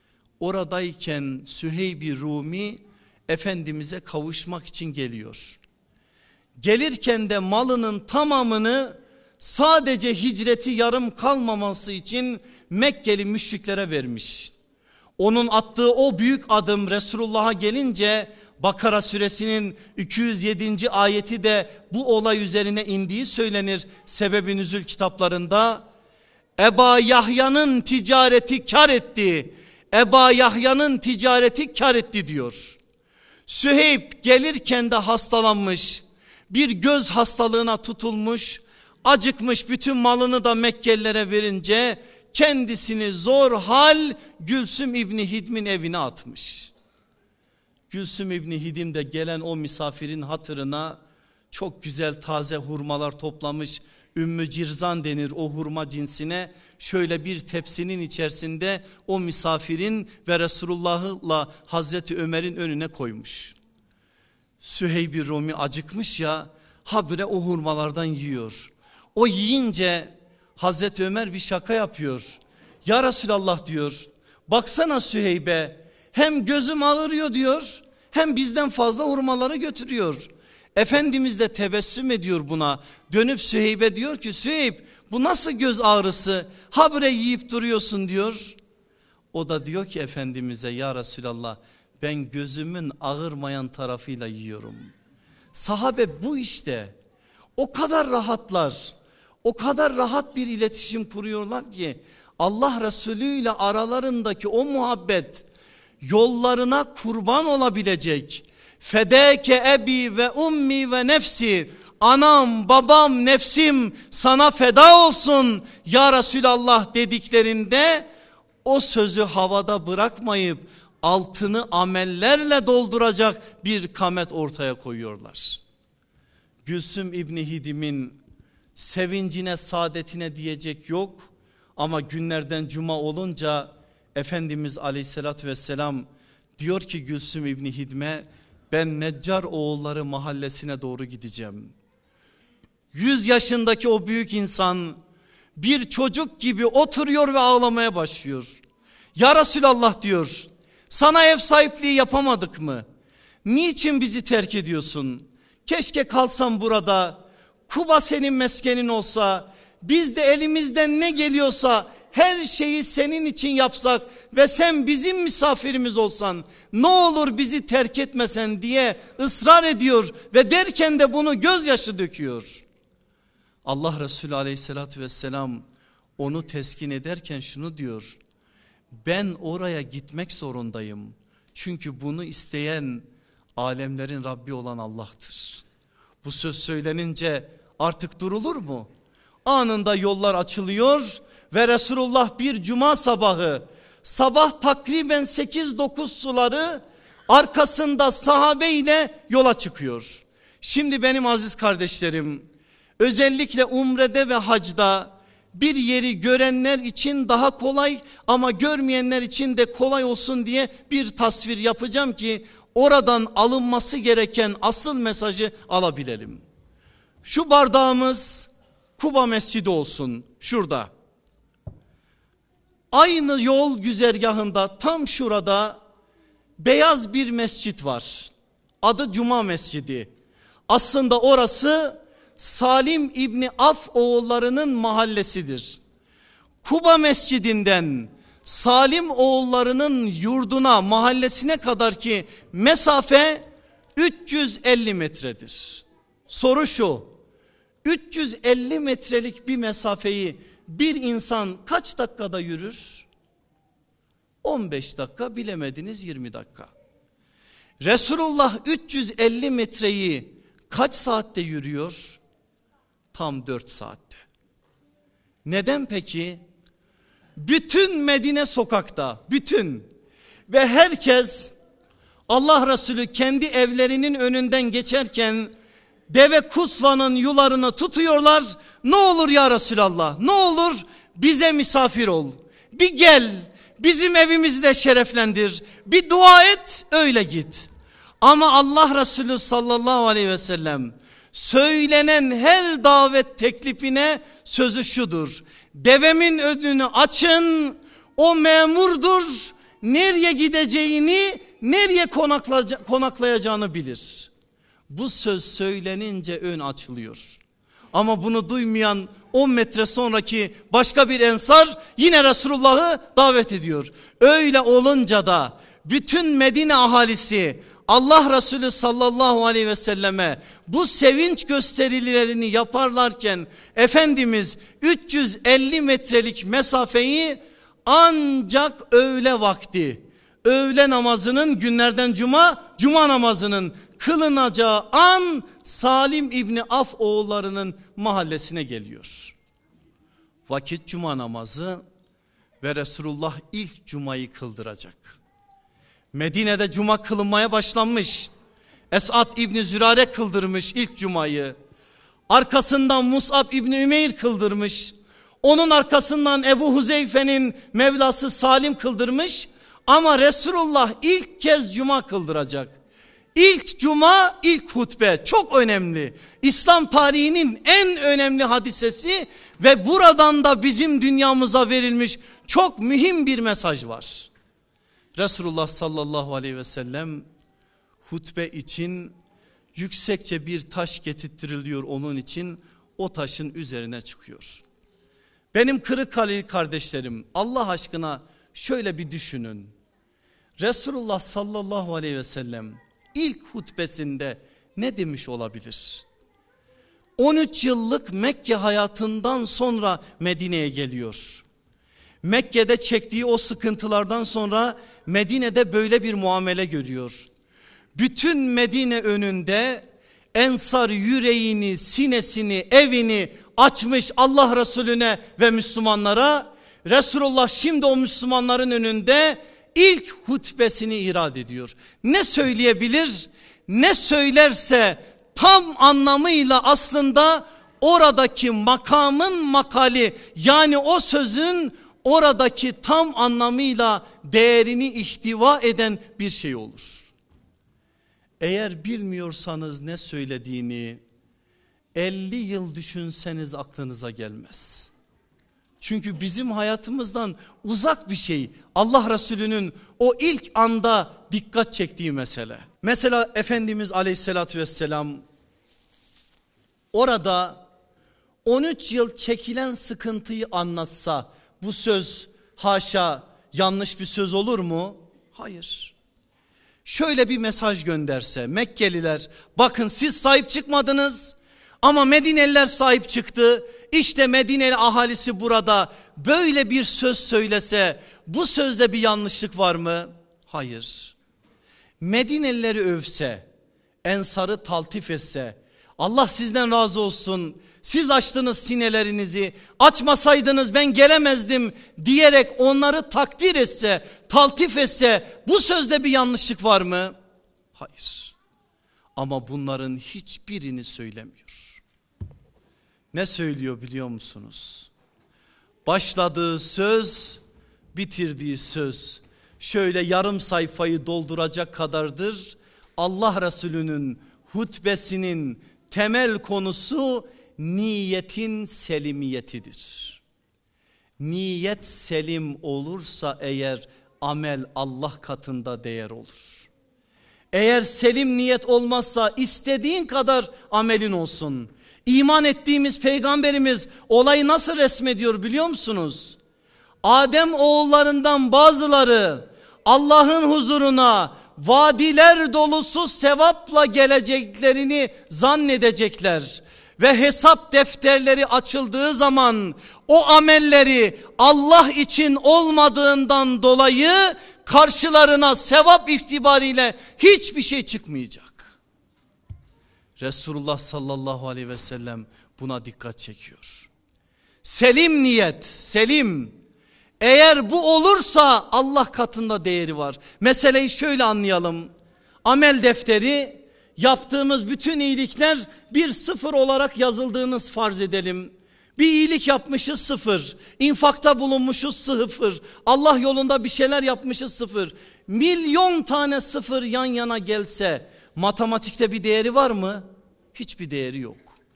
oradayken Süheyb-i Rumi Efendimiz'e kavuşmak için geliyor. Gelirken de malının tamamını sadece hicreti yarım kalmaması için Mekkeli müşriklere vermiş. Onun attığı o büyük adım Resulullah'a gelince Bakara suresinin iki yüz yedinci ayeti de bu olay üzerine indiği söylenir sebeb-i nüzul kitaplarında. Eba Yahya'nın ticareti kar etti. Eba Yahya'nın ticareti kar etti diyor. Süheyb gelirken de hastalanmış. Bir göz hastalığına tutulmuş. Acıkmış, bütün malını da Mekkelilere verince kendisini zor hal Gülsüm İbni Hidm'in evine atmış. Gülsüm İbni Hidim de gelen o misafirin hatırına çok güzel taze hurmalar toplamış. Ümmü Cirzan denir o hurma cinsine. Şöyle bir tepsinin içerisinde o misafirin ve Resulullah'la Hazreti Ömer'in önüne koymuş. Süheyb-i Rumi acıkmış ya, habire o hurmalardan yiyor. O yiyince Hazreti Ömer bir şaka yapıyor. Ya Resulallah diyor, baksana Süheyb'e, hem gözüm ağrıyor diyor, hem bizden fazla hurmaları götürüyor. Efendimiz de tebessüm ediyor buna. Dönüp Süheyb'e diyor ki, Süheyb bu nasıl göz ağrısı, habire yiyip duruyorsun diyor. O da diyor ki Efendimiz'e, ya Resulallah ben gözümün ağırmayan tarafıyla yiyorum. Sahabe bu işte, o kadar rahatlar, o kadar rahat bir iletişim kuruyorlar ki Allah Resulü ile aralarındaki o muhabbet yollarına kurban olabilecek. Fedeke ebi ve ummi ve nefsi, anam babam nefsim sana feda olsun ya Resulallah dediklerinde o sözü havada bırakmayıp altını amellerle dolduracak bir kamet ortaya koyuyorlar. Gülsüm İbni Hidim'in sevincine, saadetine diyecek yok ama günlerden cuma olunca Efendimiz Aleyhisselatü Vesselam diyor ki Gülsüm İbni Hidim'e, ben Neccar oğulları mahallesine doğru gideceğim. Yüz yaşındaki o büyük insan bir çocuk gibi oturuyor ve ağlamaya başlıyor. Ya Resulallah diyor, sana ev sahipliği yapamadık mı? Niçin bizi terk ediyorsun? Keşke kalsam burada, Kuba senin meskenin olsa, biz de elimizden ne geliyorsa her şeyi senin için yapsak ve sen bizim misafirimiz olsan, ne olur bizi terk etmesen diye ısrar ediyor ve derken de bunu gözyaşı döküyor. Allah Resulü Aleyhisselatü Vesselam onu teskin ederken şunu diyor: ben oraya gitmek zorundayım. Çünkü bunu isteyen alemlerin Rabbi olan Allah'tır. Bu söz söylenince artık durulur mu? Anında yollar açılıyor ve Resulullah bir cuma sabahı, sabah takriben sekiz dokuz suları, arkasında sahabe ile yola çıkıyor. Şimdi benim aziz kardeşlerim, özellikle umrede ve hacda bir yeri görenler için daha kolay ama görmeyenler için de kolay olsun diye bir tasvir yapacağım ki oradan alınması gereken asıl mesajı alabilelim. Şu bardağımız Kuba Mescidi olsun, şurada. Aynı yol güzergahında tam şurada beyaz bir mescit var. Adı Cuma Mescidi. Aslında orası Salim İbni Af oğullarının mahallesidir. Kuba Mescidinden Salim oğullarının yurduna, mahallesine kadar ki mesafe üç yüz elli metredir. Soru şu: üç yüz elli metrelik bir mesafeyi bir insan kaç dakikada yürür? on beş dakika, bilemediniz yirmi dakika. Resulullah üç yüz elli metreyi kaç saatte yürüyor? Tam dört saatte. Neden peki? Bütün Medine sokakta, bütün ve herkes Allah Resulü kendi evlerinin önünden geçerken deve kusvanın yularını tutuyorlar. Ne olur ya Resulallah, ne olur bize misafir ol. Bir gel, bizim evimizi de şereflendir. Bir dua et, öyle git. Ama Allah Resulü sallallahu aleyhi ve sellem söylenen her davet teklifine sözü şudur: devemin önünü açın, o memurdur, nereye gideceğini, nereye konaklayacağını bilir. Bu söz söylenince ön açılıyor. Ama bunu duymayan on metre sonraki başka bir ensar yine Resulullah'ı davet ediyor. Öyle olunca da bütün Medine ahalisi Allah Resulü sallallahu aleyhi ve selleme bu sevinç gösterilerini yaparlarken Efendimiz üç yüz elli metrelik mesafeyi ancak öğle vakti, öğle namazının, günlerden cuma, cuma namazının kılınacağı an Salim İbni Af oğullarının mahallesine geliyor. Vakit cuma namazı ve Resulullah ilk cumayı kıldıracak. Medine'de cuma kılınmaya başlanmış. Esad İbni Zürare kıldırmış ilk cumayı. Arkasından Mus'ab İbni Ümeyr kıldırmış. Onun arkasından Ebu Huzeyfe'nin Mevlası Salim kıldırmış. Ama Resulullah ilk kez cuma kıldıracak. İlk cuma, ilk hutbe çok önemli. İslam tarihinin en önemli hadisesi ve buradan da bizim dünyamıza verilmiş çok mühim bir mesaj var. Resulullah sallallahu aleyhi ve sellem hutbe için yüksekçe bir taş getirtiriliyor onun için, o taşın üzerine çıkıyor. Benim Kırıkkaleli kardeşlerim, Allah aşkına şöyle bir düşünün. Resulullah sallallahu aleyhi ve sellem ilk hutbesinde ne demiş olabilir? on üç yıllık Mekke hayatından sonra Medine'ye geliyor. Mekke'de çektiği o sıkıntılardan sonra Medine'de böyle bir muamele görüyor. Bütün Medine önünde ensar yüreğini, sinesini, evini açmış Allah Resulüne ve Müslümanlara. Resulullah şimdi o Müslümanların önünde ilk hutbesini irad ediyor. Ne söyleyebilir? Ne söylerse tam anlamıyla aslında oradaki makamın makali, yani o sözün oradaki tam anlamıyla değerini ihtiva eden bir şey olur. Eğer bilmiyorsanız ne söylediğini elli yıl düşünseniz aklınıza gelmez. Çünkü bizim hayatımızdan uzak bir şey Allah Resulü'nün o ilk anda dikkat çektiği mesele. Mesela Efendimiz Aleyhisselatü Vesselam orada on üç yıl çekilen sıkıntıyı anlatsa bu söz haşa yanlış bir söz olur mu? Hayır. Şöyle bir mesaj gönderse Mekkeliler, bakın siz sahip çıkmadınız ama Medineliler sahip çıktı. İşte Medineli ahalisi burada, böyle bir söz söylese bu sözde bir yanlışlık var mı? Hayır. Medinelileri övse, ensarı taltif etse, Allah sizden razı olsun, siz açtınız sinelerinizi, açmasaydınız ben gelemezdim diyerek onları takdir etse, taltif etse bu sözde bir yanlışlık var mı? Hayır. Ama bunların hiçbirini söylemiyor. Ne söylüyor biliyor musunuz? Başladığı söz, bitirdiği söz şöyle yarım sayfayı dolduracak kadardır. Allah Resulü'nün hutbesinin temel konusu niyetin selimiyetidir. Niyet selim olursa eğer amel Allah katında değer olur. Eğer selim niyet olmazsa istediğin kadar amelin olsun. İman ettiğimiz peygamberimiz olayı nasıl resmediyor biliyor musunuz? Adem oğullarından bazıları Allah'ın huzuruna vadiler dolusu sevapla geleceklerini zannedecekler. ve hesap defterleri açıldığı zaman o amelleri Allah için olmadığından dolayı karşılarına sevap itibariyle hiçbir şey çıkmayacak. Resulullah sallallahu aleyhi ve sellem buna dikkat çekiyor. Selim niyet, selim. Eğer bu olursa Allah katında değeri var. Meseleyi şöyle anlayalım. Amel defteri, yaptığımız bütün iyilikler bir sıfır olarak yazıldığını farz edelim. Bir iyilik yapmışız sıfır. İnfakta bulunmuşuz sıfır. Allah yolunda bir şeyler yapmışız sıfır. Milyon tane sıfır yan yana gelse matematikte bir değeri var mı? Hiçbir değeri yok.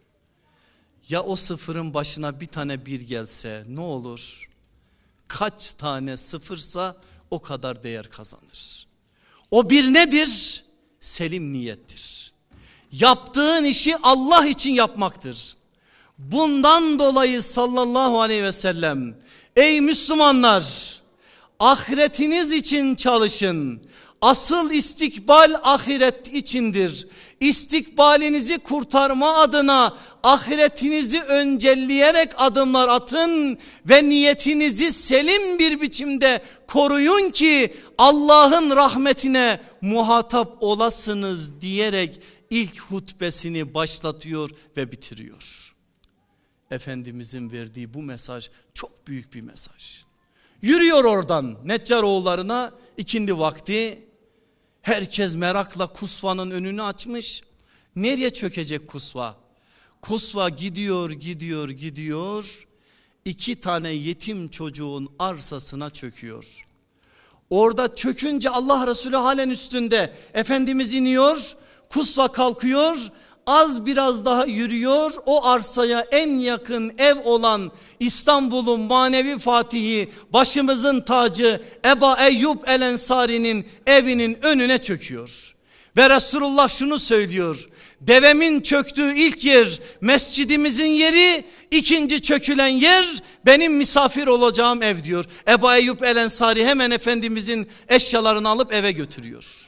Ya o sıfırın başına bir tane bir gelse ne olur? Kaç tane sıfırsa o kadar değer kazanır. O bir nedir? Selim niyettir. Yaptığın işi Allah için yapmaktır. Bundan dolayı sallallahu aleyhi ve sellem, ey Müslümanlar, ahiretiniz için çalışın. Asıl istikbal ahiret içindir. İstikbalinizi kurtarma adına ahiretinizi öncelleyerek adımlar atın ve niyetinizi selim bir biçimde koruyun ki Allah'ın rahmetine muhatap olasınız diyerek ilk hutbesini başlatıyor ve bitiriyor. Efendimizin verdiği bu mesaj çok büyük bir mesaj. Yürüyor oradan Neccaroğullarına ikindi vakti. Herkes merakla Kusva'nın önünü açmış. Nereye çökecek Kusva? Kusva gidiyor gidiyor gidiyor. İki tane yetim çocuğun arsasına çöküyor. Orada çökünce Allah Resulü halen üstünde. Efendimiz iniyor. Kusva kalkıyor. Az biraz daha yürüyor. O arsaya en yakın ev olan İstanbul'un manevi fatihi, başımızın tacı Ebu Eyyub el Ensari'nin evinin önüne çöküyor. Ve Resulullah şunu söylüyor. Devemin çöktüğü ilk yer mescidimizin yeri, ikinci çökülen yer benim misafir olacağım ev diyor. Ebu Eyyub el Ensari hemen Efendimizin eşyalarını alıp eve götürüyor.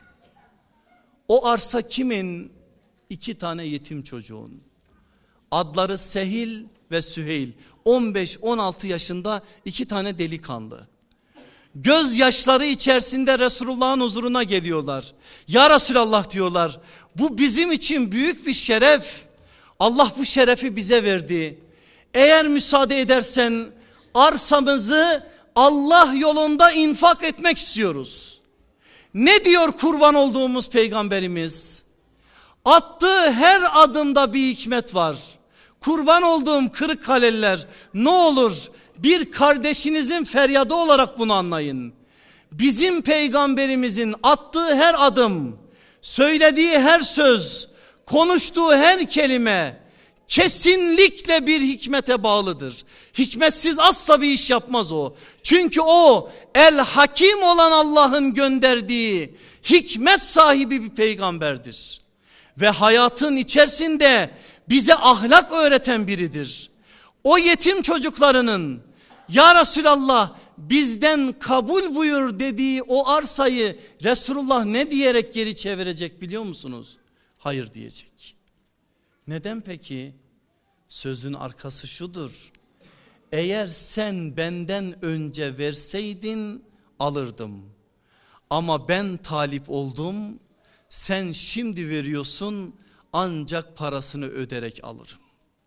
O arsa kimin? İki tane yetim çocuğun. Adları Sehil ve Süheyl. on beş on altı yaşında iki tane delikanlı. Gözyaşları içerisinde Resulullah'ın huzuruna geliyorlar. Ya Resulallah diyorlar, bu bizim için büyük bir şeref. Allah bu şerefi bize verdi. Eğer müsaade edersen arsamızı Allah yolunda infak etmek istiyoruz. Ne diyor kurban olduğumuz peygamberimiz? Attığı her adımda bir hikmet var. Kurban olduğum Kırıkkaleliler, ne olur bir kardeşinizin feryadı olarak bunu anlayın. Bizim peygamberimizin attığı her adım, söylediği her söz, konuştuğu her kelime kesinlikle bir hikmete bağlıdır. Hikmetsiz asla bir iş yapmaz o. Çünkü o el hakim olan Allah'ın gönderdiği hikmet sahibi bir peygamberdir. Ve hayatın içerisinde bize ahlak öğreten biridir. O yetim çocuklarının ya Resulallah bizden kabul buyur dediği o arsayı Resulullah ne diyerek geri çevirecek biliyor musunuz? Hayır diyecek. Neden peki? Sözün arkası şudur. Eğer sen benden önce verseydin alırdım. Ama ben talip oldum. Sen şimdi veriyorsun ancak parasını öderek alırım.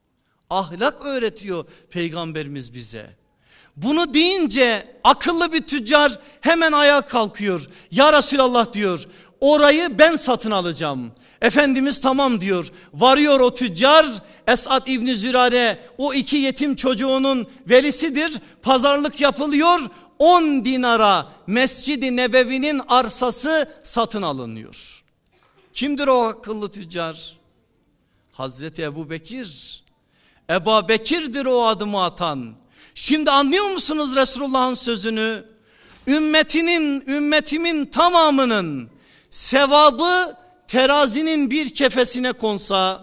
Ahlak öğretiyor peygamberimiz bize. Bunu deyince akıllı bir tüccar hemen ayağa kalkıyor. Ya Resulallah diyor, orayı ben satın alacağım. Efendimiz tamam diyor. Varıyor o tüccar, Esad İbni Zürare o iki yetim çocuğunun velisidir. Pazarlık yapılıyor. on dinara Mescid-i Nebevi'nin arsası satın alınıyor. Kimdir o akıllı tüccar? Hazreti Ebu Bekir. Ebu Bekir'dir o adımı atan. Şimdi anlıyor musunuz Resulullah'ın sözünü? Ümmetinin, ümmetimin tamamının sevabı terazinin bir kefesine konsa,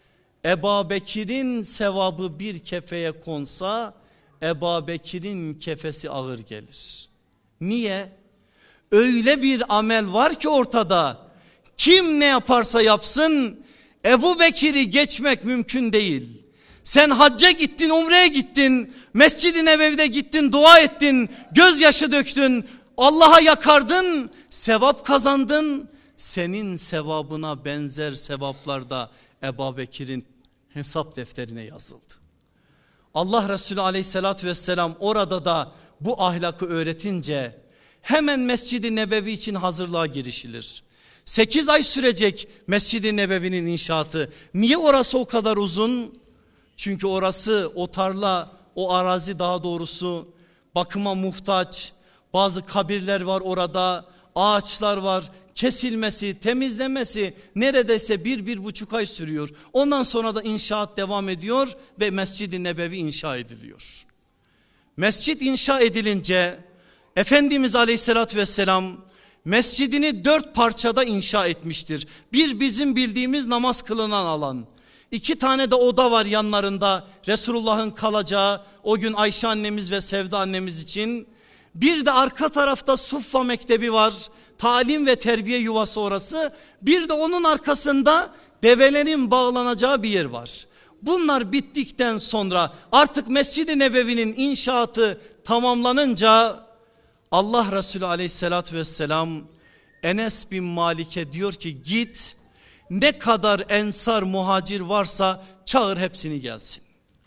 Ebu Bekir'in sevabı bir kefeye konsa, Ebu Bekir'in kefesi ağır gelir. Niye? Öyle bir amel var ki ortada. Kim ne yaparsa yapsın Ebu Bekir'i geçmek mümkün değil. Sen hacca gittin, umreye gittin, Mescid-i Nebevi'de gittin, dua ettin, gözyaşı döktün, Allah'a yakardın, sevap kazandın. Senin sevabına benzer sevaplar da Ebu Bekir'in hesap defterine yazıldı. Allah Resulü aleyhissalatü vesselam orada da bu ahlakı öğretince hemen Mescid-i Nebevi için hazırlığa girişilir. sekiz ay sürecek Mescid-i Nebevi'nin inşaatı. Niye orası o kadar uzun? Çünkü orası, o tarla, o arazi daha doğrusu bakıma muhtaç. Bazı kabirler var orada, ağaçlar var. Kesilmesi, temizlemesi neredeyse bir, bir buçuk ay sürüyor. Ondan sonra da inşaat devam ediyor ve Mescid-i Nebevi inşa ediliyor. Mescid inşa edilince Efendimiz Aleyhisselatü Vesselam mescidini dört parçada inşa etmiştir. Bir, bizim bildiğimiz namaz kılınan alan. İki tane de oda var yanlarında Resulullah'ın kalacağı, o gün Ayşe annemiz ve Sevda annemiz için. Bir de arka tarafta Suffa Mektebi var. Talim ve terbiye yuvası orası. Bir de onun arkasında develerin bağlanacağı bir yer var. Bunlar bittikten sonra artık Mescid-i Nebevi'nin inşaatı tamamlanınca Allah Resulü aleyhissalatü vesselam Enes bin Malik'e diyor ki git, ne kadar ensar muhacir varsa çağır, hepsini gelsin.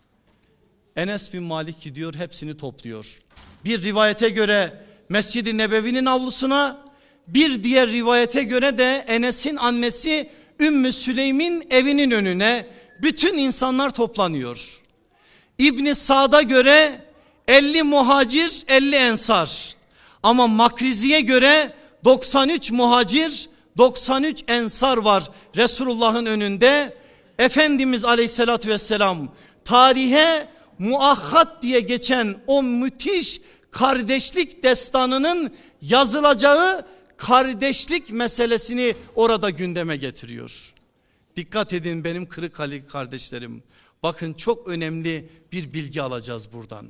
Enes bin Malik gidiyor, hepsini topluyor. Bir rivayete göre Mescid-i Nebevi'nin avlusuna, bir diğer rivayete göre de Enes'in annesi Ümmü Süleym'in evinin önüne bütün insanlar toplanıyor. İbn-i Sa'd'a göre elli muhacir, elli ensar. Ama Makrizi'ye göre doksan üç muhacir, doksan üç ensar var Resulullah'ın önünde. Efendimiz Aleyhisselatü Vesselam tarihe muahhat diye geçen o müthiş kardeşlik destanının yazılacağı kardeşlik meselesini orada gündeme getiriyor. Dikkat edin benim Kırıkkale kardeşlerim. Bakın çok önemli bir bilgi alacağız buradan.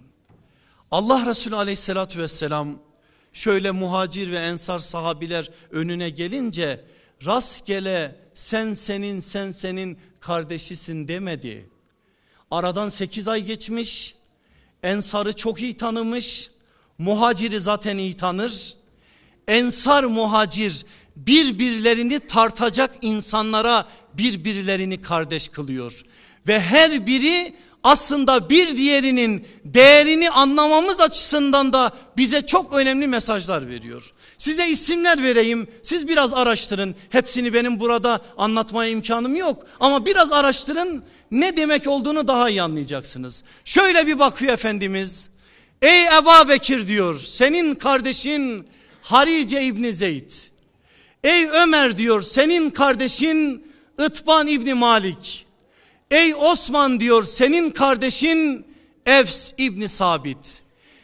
Allah Resulü aleyhissalatü vesselam şöyle muhacir ve ensar sahabiler önüne gelince rastgele sen senin sen senin kardeşisin demedi. Aradan sekiz ay geçmiş, ensarı çok iyi tanımış, muhaciri zaten iyi tanır. Ensar muhacir birbirlerini tartacak insanlara birbirlerini kardeş kılıyor. Ve her biri aslında bir diğerinin değerini anlamamız açısından da bize çok önemli mesajlar veriyor. Size isimler vereyim, siz biraz araştırın. Hepsini benim burada anlatmaya imkanım yok. Ama biraz araştırın, ne demek olduğunu daha iyi anlayacaksınız. Şöyle bir bakıyor Efendimiz. Ey Ebu Bekir diyor, senin kardeşin Harice İbni Zeyd. Ey Ömer diyor, senin kardeşin İtban İbni Malik. Ey Osman diyor, senin kardeşin Evs İbni Sabit.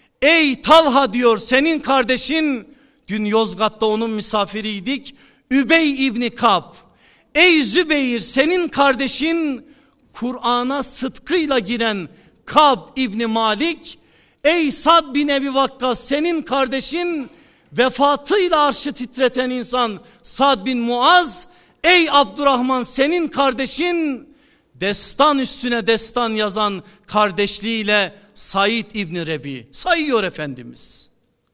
Ey Talha diyor, senin kardeşin, dün Yozgat'ta onun misafiriydik, Übey İbni Kab. Ey Zübeyir, senin kardeşin Kur'an'a sıdkıyla giren Kab İbni Malik. Ey Sad bin Ebi Vakkas, senin kardeşin vefatıyla arşı titreten insan Sad bin Muaz. Ey Abdurrahman, senin kardeşin destan üstüne destan yazan kardeşliğiyle Said İbni Rebi. Sayıyor Efendimiz.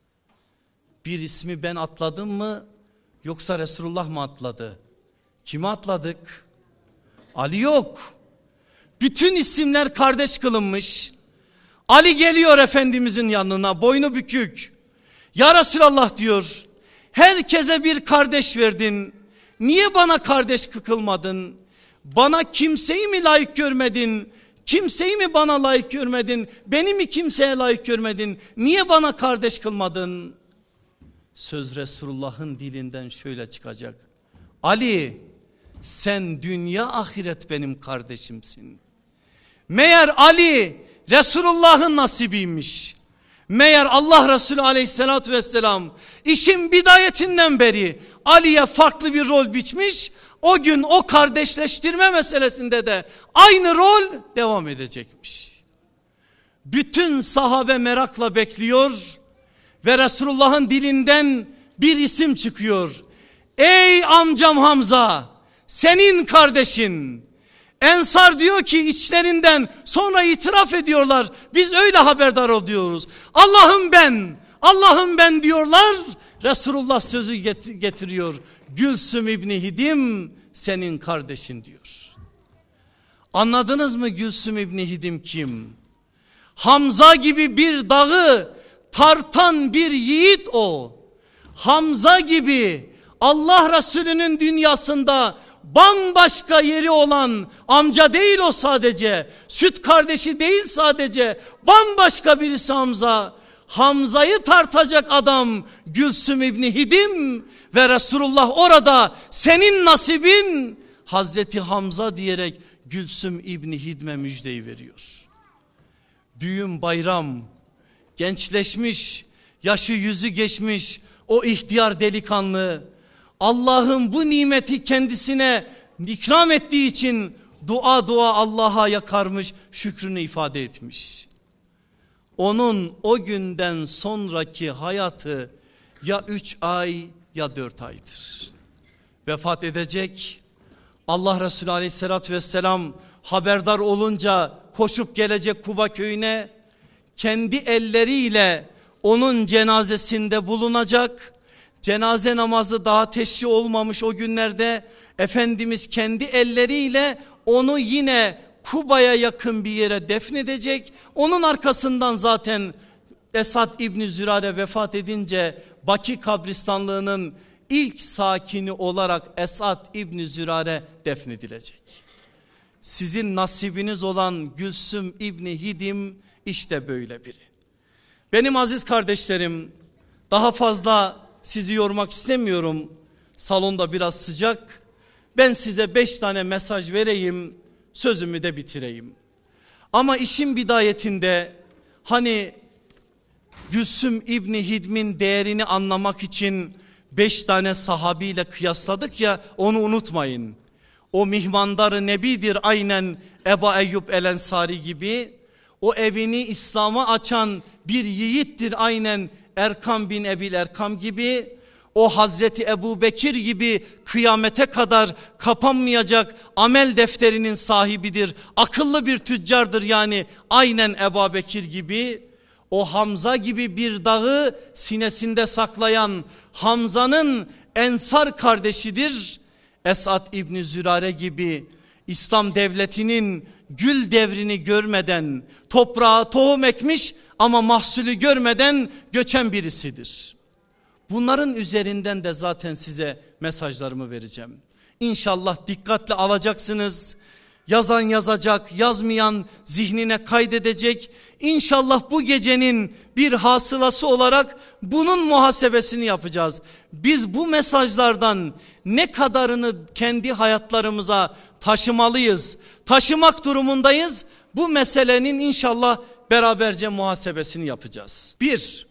Bir ismi ben atladım mı yoksa Resulullah mı atladı? Kimi atladık? Ali yok. Bütün isimler kardeş kılınmış. Ali geliyor Efendimizin yanına, boynu bükük. Ya Resulallah diyor, herkese bir kardeş verdin. Niye bana kardeş kılmadın? Bana kimseyi mi layık görmedin? Kimseyi mi bana layık görmedin? Beni mi kimseye layık görmedin? Niye bana kardeş kılmadın? Söz Resulullah'ın dilinden şöyle çıkacak. Ali, sen dünya ahiret benim kardeşimsin. Meğer Ali Resulullah'ın nasibiymiş. Meğer Allah Resulü aleyhissalatü vesselam işin bidayetinden beri Ali'ye farklı bir rol biçmiş. O gün o kardeşleştirme meselesinde de aynı rol devam edecekmiş. Bütün sahabe merakla bekliyor ve Resulullah'ın dilinden bir isim çıkıyor. Ey amcam Hamza, senin kardeşin. Ensar diyor ki içlerinden, sonra itiraf ediyorlar. Biz öyle haberdar oluyoruz. Allah'ım ben, Allah'ım ben diyorlar. Resulullah sözü getiriyor. Gülsüm İbni Hidim senin kardeşin diyor. Anladınız mı Gülsüm İbni Hidim kim? Hamza gibi bir dağı tartan bir yiğit o. Hamza gibi Allah Resulü'nün dünyasında bambaşka yeri olan amca değil o sadece. Süt kardeşi değil sadece. Bambaşka birisi Hamza. Hamza'yı tartacak adam Gülsüm İbni Hidim ve Resulullah orada senin nasibin Hazreti Hamza diyerek Gülsüm İbni Hidim'e müjdeyi veriyor. Düğün bayram, gençleşmiş, yaşı yüzü geçmiş o ihtiyar delikanlı Allah'ın bu nimeti kendisine ikram ettiği için dua dua Allah'a yakarmış, şükrünü ifade etmiş. Onun o günden sonraki hayatı ya üç ay ya dört aydır. Vefat edecek. Allah Resulü Aleyhisselatü Vesselam haberdar olunca koşup gelecek Kuba köyüne. Kendi elleriyle onun cenazesinde bulunacak. Cenaze namazı daha teşri olmamış o günlerde. Efendimiz kendi elleriyle onu yine Kuba'ya yakın bir yere defnedecek. Onun arkasından zaten Esad İbni Zürare vefat edince Baki kabristanlığının ilk sakini olarak Esad İbni Zürare defnedilecek. Sizin nasibiniz olan Gülsüm İbni Hidim işte böyle biri. Benim aziz kardeşlerim, daha fazla sizi yormak istemiyorum. Salonda biraz sıcak. Ben size beş tane mesaj vereyim, sözümü de bitireyim. Ama işin bidayetinde hani Gülsüm İbni Hidim'in değerini anlamak için beş tane sahabiyle kıyasladık ya, onu unutmayın. O mihmandarı nebidir aynen Ebu Eyyub el Ensari gibi. O evini İslam'a açan bir yiğittir aynen Erkam bin Ebil Erkam gibi. O Hazreti Ebu Bekir gibi kıyamete kadar kapanmayacak amel defterinin sahibidir. Akıllı bir tüccardır yani aynen Ebu Bekir gibi. O Hamza gibi bir dağı sinesinde saklayan Hamza'nın Ensar kardeşidir. Esad İbni Zürare gibi İslam devletinin gül devrini görmeden, toprağa tohum ekmiş ama mahsulü görmeden göçen birisidir. Bunların üzerinden de zaten size mesajlarımı vereceğim. İnşallah dikkatle alacaksınız. Yazan yazacak, yazmayan zihnine kaydedecek. İnşallah bu gecenin bir hasılası olarak bunun muhasebesini yapacağız. Biz bu mesajlardan ne kadarını kendi hayatlarımıza taşımalıyız, taşımak durumundayız. Bu meselenin inşallah beraberce muhasebesini yapacağız. Bir,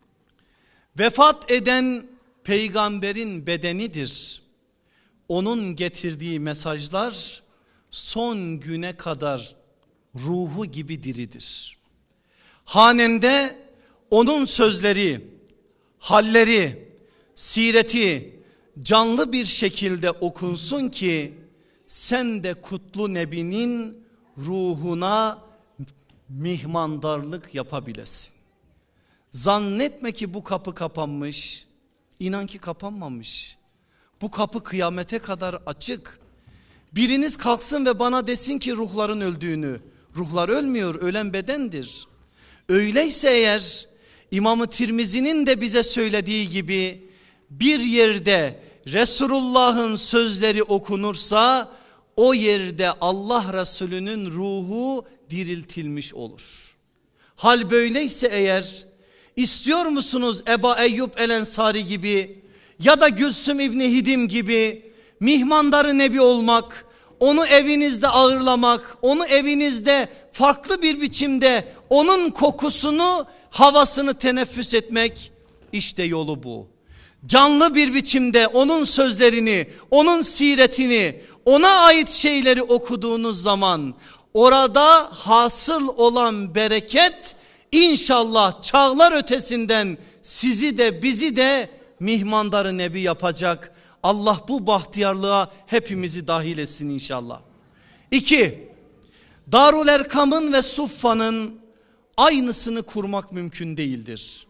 vefat eden peygamberin bedenidir. Onun getirdiği mesajlar son güne kadar ruhu gibi diridir. Hanende onun sözleri, halleri, sireti canlı bir şekilde okunsun ki sen de kutlu nebinin ruhuna mihmandarlık yapabilesin. Zannetme ki bu kapı kapanmış. İnan ki kapanmamış. Bu kapı kıyamete kadar açık. Biriniz kalksın ve bana desin ki ruhların öldüğünü. Ruhlar ölmüyor, ölen bedendir. Öyleyse eğer İmam-ı Tirmizi'nin de bize söylediği gibi bir yerde Resulullah'ın sözleri okunursa o yerde Allah Resulü'nün ruhu diriltilmiş olur. Hal böyleyse eğer istiyor musunuz Ebu Eyyub el Ensari gibi ya da Gülsüm İbni Hidim gibi mihmandarı nebi olmak, onu evinizde ağırlamak, onu evinizde farklı bir biçimde onun kokusunu, havasını teneffüs etmek, işte yolu bu. Canlı bir biçimde onun sözlerini, onun siretini, ona ait şeyleri okuduğunuz zaman orada hasıl olan bereket inşallah çağlar ötesinden sizi de bizi de mihmandarı nebi yapacak. Allah bu bahtiyarlığa hepimizi dahil etsin inşallah. İki, Darul Erkam'ın ve Suffa'nın aynısını kurmak mümkün değildir.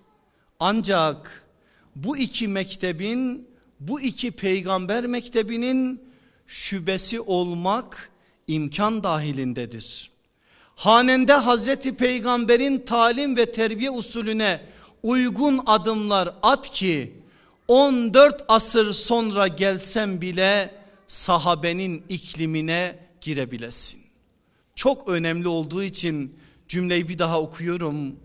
Ancak bu iki mektebin, bu iki peygamber mektebinin şubesi olmak imkan dahilindedir. Hanende Hazreti Peygamber'in talim ve terbiye usulüne uygun adımlar at ki on dört asır sonra gelsen bile sahabenin iklimine girebilesin. Çok önemli olduğu için cümleyi bir daha okuyorum.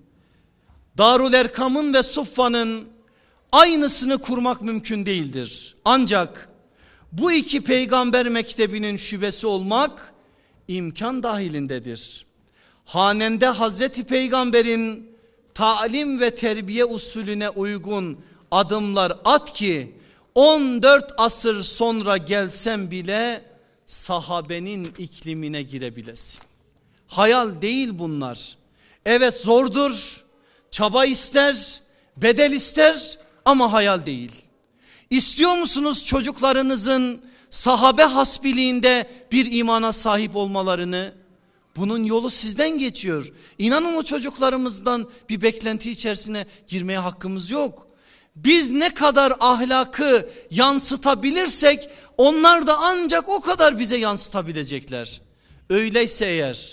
Darul Erkam'ın ve Suffa'nın aynısını kurmak mümkün değildir. Ancak bu iki peygamber mektebinin şubesi olmak imkan dahilindedir. Hanende Hazreti Peygamber'in talim ve terbiye usulüne uygun adımlar at ki on dört asır sonra gelsen bile sahabenin iklimine girebilesin. Hayal değil bunlar. Evet zordur, çaba ister, bedel ister ama hayal değil. İstiyor musunuz çocuklarınızın sahabe hasbiliğinde bir imana sahip olmalarını? Bunun yolu sizden geçiyor. İnanın o çocuklarımızdan bir beklenti içerisine girmeye hakkımız yok. Biz ne kadar ahlakı yansıtabilirsek onlar da ancak o kadar bize yansıtabilecekler. Öyleyse eğer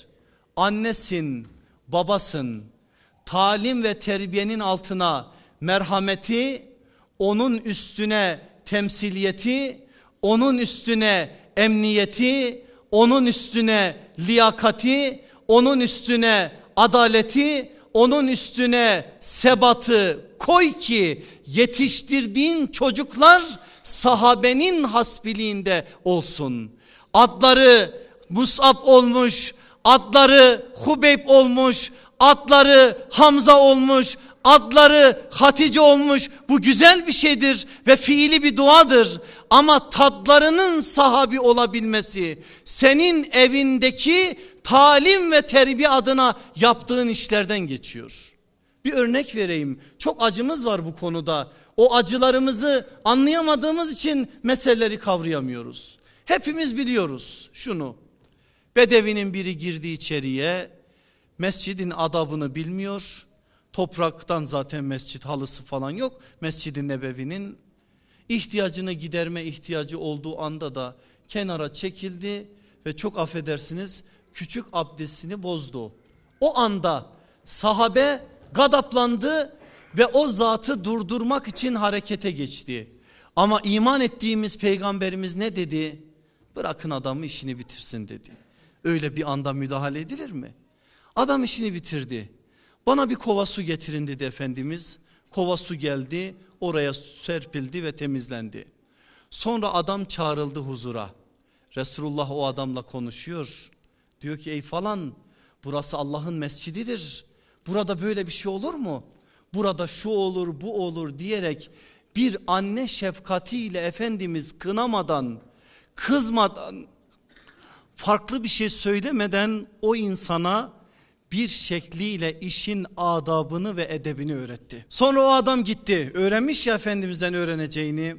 annesin, babasın, talim ve terbiyenin altına merhameti, onun üstüne temsiliyeti, onun üstüne emniyeti, onun üstüne liyakati, onun üstüne adaleti, onun üstüne sebatı koy ki yetiştirdiğin çocuklar sahabenin hasbiliğinde olsun. Adları Mus'ab olmuş, adları Hubeyb olmuş, adları Hamza olmuş, adları Hatice olmuş. Bu güzel bir şeydir ve fiili bir duadır. Ama tadlarının sahabi olabilmesi senin evindeki talim ve terbiye adına yaptığın işlerden geçiyor. Bir örnek vereyim. Çok acımız var bu konuda. O acılarımızı anlayamadığımız için meseleleri kavrayamıyoruz. Hepimiz biliyoruz şunu. Bedevinin biri girdi içeriye, mescidin adabını bilmiyor. Topraktan zaten mescit halısı falan yok. Mescid-i Nebevi'nin ihtiyacını giderme ihtiyacı olduğu anda da kenara çekildi ve çok affedersiniz küçük abdestini bozdu. O anda sahabe gadaplandı ve o zatı durdurmak için harekete geçti. Ama iman ettiğimiz peygamberimiz ne dedi? Bırakın adamı işini bitirsin dedi. Öyle bir anda müdahale edilir mi? Adam işini bitirdi. Bana bir kova su getirin dedi Efendimiz. Kova su geldi, oraya serpildi ve temizlendi. Sonra adam çağrıldı huzura. Resulullah o adamla konuşuyor. Diyor ki ey falan, burası Allah'ın mescididir. Burada böyle bir şey olur mu? Burada şu olur bu olur diyerek bir anne şefkatiyle Efendimiz kınamadan, kızmadan, farklı bir şey söylemeden o insana bir şekliyle işin adabını ve edebini öğretti. Sonra o adam gitti. Öğrenmiş ya Efendimiz'den öğreneceğini.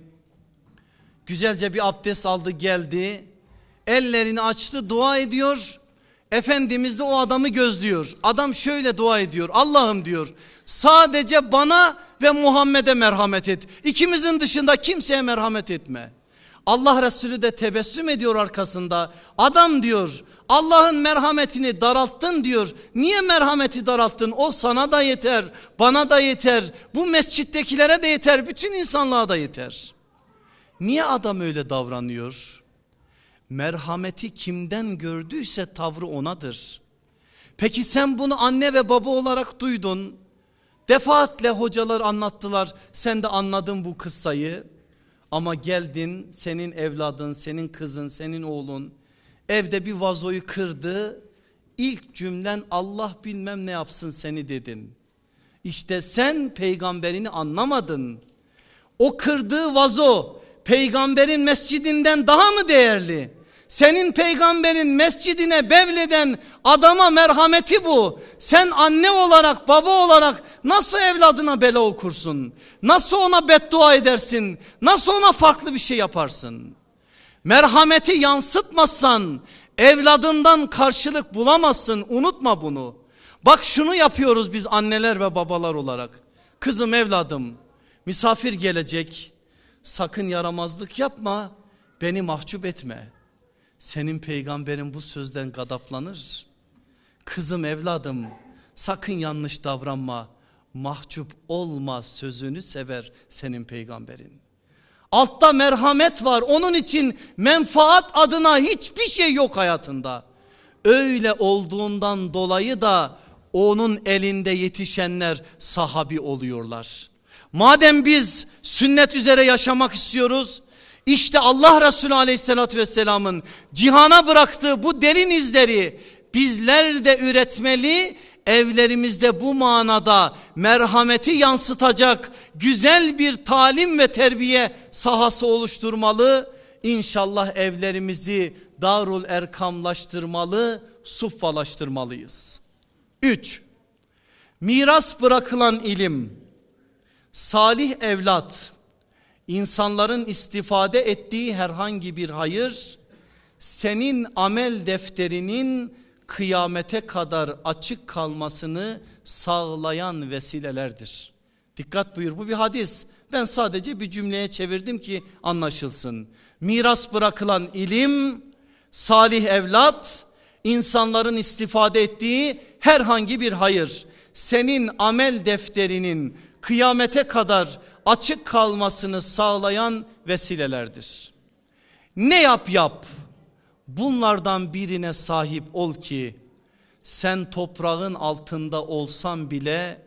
Güzelce bir abdest aldı geldi. Ellerini açtı dua ediyor. Efendimiz de o adamı gözlüyor. Adam şöyle dua ediyor. Allah'ım diyor sadece bana ve Muhammed'e merhamet et. İkimizin dışında kimseye merhamet etme. Allah Resulü de tebessüm ediyor arkasında. Adam diyor Allah'ın merhametini daralttın diyor. Niye merhameti daralttın? O sana da yeter, bana da yeter, bu mescittekilere de yeter, bütün insanlığa da yeter. Niye adam öyle davranıyor? Merhameti kimden gördüyse tavrı onadır. Peki sen bunu anne ve baba olarak duydun. Defaatle hocalar anlattılar. Sen de anladın bu kıssayı. Ama geldin, senin evladın, senin kızın, senin oğlun evde bir vazoyu kırdı. İlk cümlen Allah bilmem ne yapsın seni dedin. İşte sen peygamberini anlamadın. O kırdığı vazo peygamberin mescidinden daha mı değerli? Senin peygamberin mescidine bevleden adama merhameti bu. Sen anne olarak, baba olarak nasıl evladına bela okursun? Nasıl ona beddua edersin? Nasıl ona farklı bir şey yaparsın? Merhameti yansıtmazsan evladından karşılık bulamazsın. Unutma bunu. Bak şunu yapıyoruz biz anneler ve babalar olarak. Kızım, evladım, misafir gelecek. Sakın yaramazlık yapma, beni mahcup etme. Senin peygamberin bu sözden gadaplanır. Kızım, evladım, sakın yanlış davranma, mahcup olma sözünü sever senin peygamberin. Altta merhamet var, onun için menfaat adına hiçbir şey yok hayatında. Öyle olduğundan dolayı da onun elinde yetişenler sahabi oluyorlar. Madem biz sünnet üzere yaşamak istiyoruz, İşte Allah Resulü Aleyhisselatü Vesselam'ın cihana bıraktığı bu derin izleri bizler de üretmeli, evlerimizde bu manada merhameti yansıtacak güzel bir talim ve terbiye sahası oluşturmalı. İnşallah evlerimizi Darul Erkamlaştırmalı, suffalaştırmalıyız. üç. Miras bırakılan ilim, salih evlat, İnsanların istifade ettiği herhangi bir hayır, senin amel defterinin kıyamete kadar açık kalmasını sağlayan vesilelerdir. Dikkat buyur, bu bir hadis. Ben sadece bir cümleye çevirdim ki anlaşılsın. Miras bırakılan ilim, salih evlat, insanların istifade ettiği herhangi bir hayır, senin amel defterinin kıyamete kadar açık kalmasını sağlayan vesilelerdir. Ne yap yap, bunlardan birine sahip ol ki sen toprağın altında olsan bile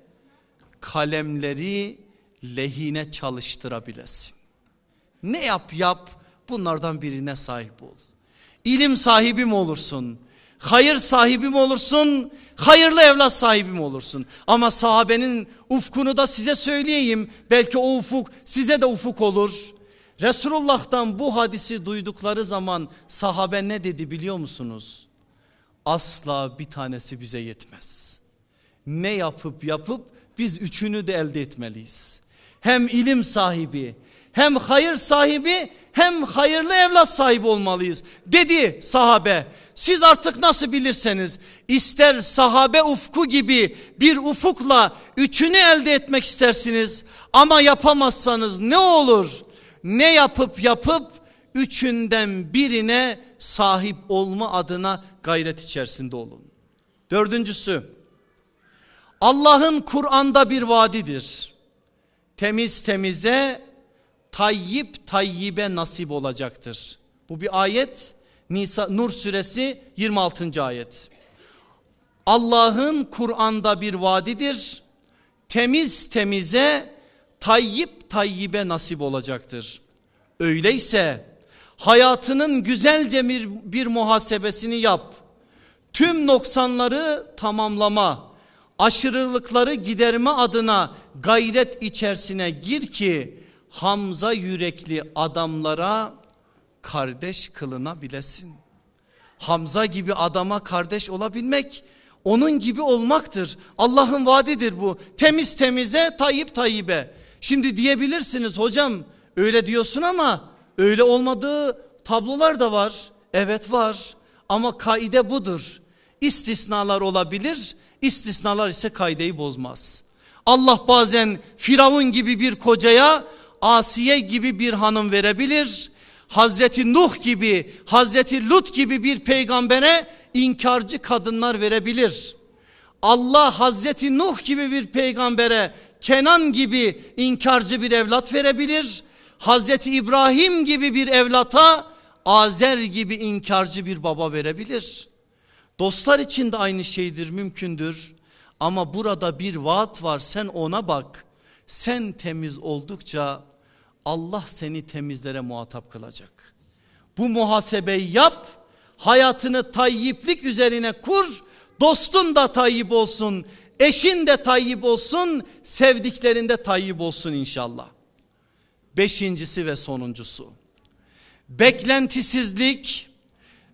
kalemleri lehine çalıştırabilesin. Ne yap yap, bunlardan birine sahip ol. İlim sahibi mi olursun? Hayır sahibi mi olursun? Hayırlı evlat sahibi mi olursun? Ama sahabenin ufkunu da size söyleyeyim. Belki o ufuk size de ufuk olur. Resulullah'tan bu hadisi duydukları zaman sahabe ne dedi biliyor musunuz? Asla bir tanesi bize yetmez. Ne yapıp yapıp biz üçünü de elde etmeliyiz. Hem ilim sahibi, hem hayır sahibi, hem hayırlı evlat sahibi olmalıyız dedi sahabe. Siz artık nasıl bilirseniz, ister sahabe ufku gibi bir ufukla üçünü elde etmek istersiniz, ama yapamazsanız ne olur? Ne yapıp yapıp üçünden birine sahip olma adına gayret içerisinde olun. Dördüncüsü, Allah'ın Kur'an'da bir vaadidir. Temiz temize, tayyip tayyibe nasip olacaktır. Bu bir ayet. Nisa, Nur suresi yirmi altıncı ayet. Allah'ın Kur'an'da bir vaadidir. Temiz temize, tayyip tayyibe nasip olacaktır. Öyleyse hayatının güzelce bir, bir muhasebesini yap. Tüm noksanları tamamlama, aşırılıkları giderme adına gayret içerisine gir ki Hamza yürekli adamlara kardeş kılınabilesin. Hamza gibi adama kardeş olabilmek, onun gibi olmaktır. Allah'ın vaadidir bu. Temiz temize, tayyip tayyibe. Şimdi diyebilirsiniz, hocam öyle diyorsun ama öyle olmadığı tablolar da var. Evet var, ama kaide budur. İstisnalar olabilir, istisnalar ise kaideyi bozmaz. Allah bazen Firavun gibi bir kocaya Asiye gibi bir hanım verebilir. Hazreti Nuh gibi, Hazreti Lut gibi bir peygambere inkarcı kadınlar verebilir. Allah Hazreti Nuh gibi bir peygambere Kenan gibi inkarcı bir evlat verebilir. Hazreti İbrahim gibi bir evlata Azer gibi inkarcı bir baba verebilir. Dostlar için de aynı şeydir, mümkündür. Ama burada bir vaat var, sen ona bak. Sen temiz oldukça Allah seni temizlere muhatap kılacak. Bu muhasebeyi yap, hayatını tayyiplik üzerine kur. Dostun da tayyip olsun, eşin de tayyip olsun, sevdiklerin de tayyip olsun inşallah. Beşincisi ve sonuncusu, beklentisizlik,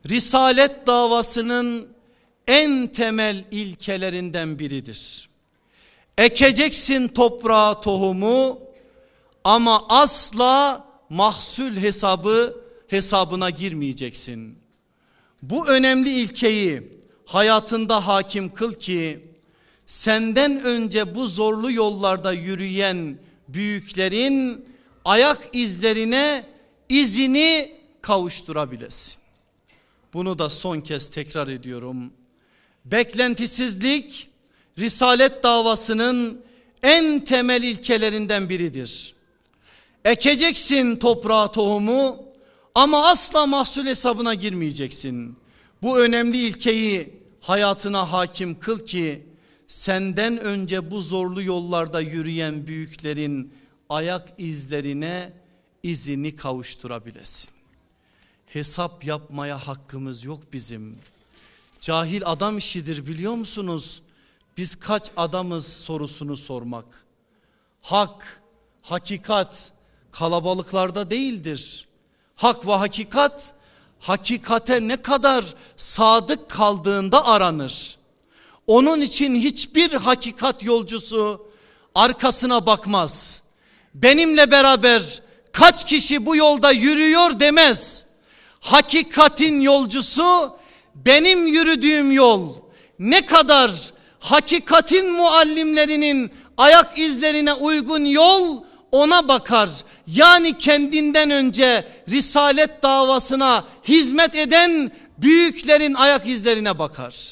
Risalet davasının en temel ilkelerinden biridir. Ekeceksin toprağa tohumu ama asla mahsul hesabı hesabına girmeyeceksin. Bu önemli ilkeyi hayatında hakim kıl ki senden önce bu zorlu yollarda yürüyen büyüklerin ayak izlerine izini kavuşturabilesin. Bunu da son kez tekrar ediyorum. Beklentisizlik Risalet davasının en temel ilkelerinden biridir. Ekeceksin toprağa tohumu ama asla mahsul hesabına girmeyeceksin. Bu önemli ilkeyi hayatına hakim kıl ki senden önce bu zorlu yollarda yürüyen büyüklerin ayak izlerine izini kavuşturabilesin. Hesap yapmaya hakkımız yok bizim. Cahil adam işidir biliyor musunuz? Biz kaç adamız sorusunu sormak. Hak, hakikat kalabalıklarda değildir. Hak ve hakikat, hakikate ne kadar sadık kaldığında aranır. Onun için hiçbir hakikat yolcusu arkasına bakmaz. Benimle beraber kaç kişi bu yolda yürüyor demez. Hakikatin yolcusu benim yürüdüğüm yol ne kadar hakikatin muallimlerinin ayak izlerine uygun yol, ona bakar. Yani kendinden önce risalet davasına hizmet eden büyüklerin ayak izlerine bakar.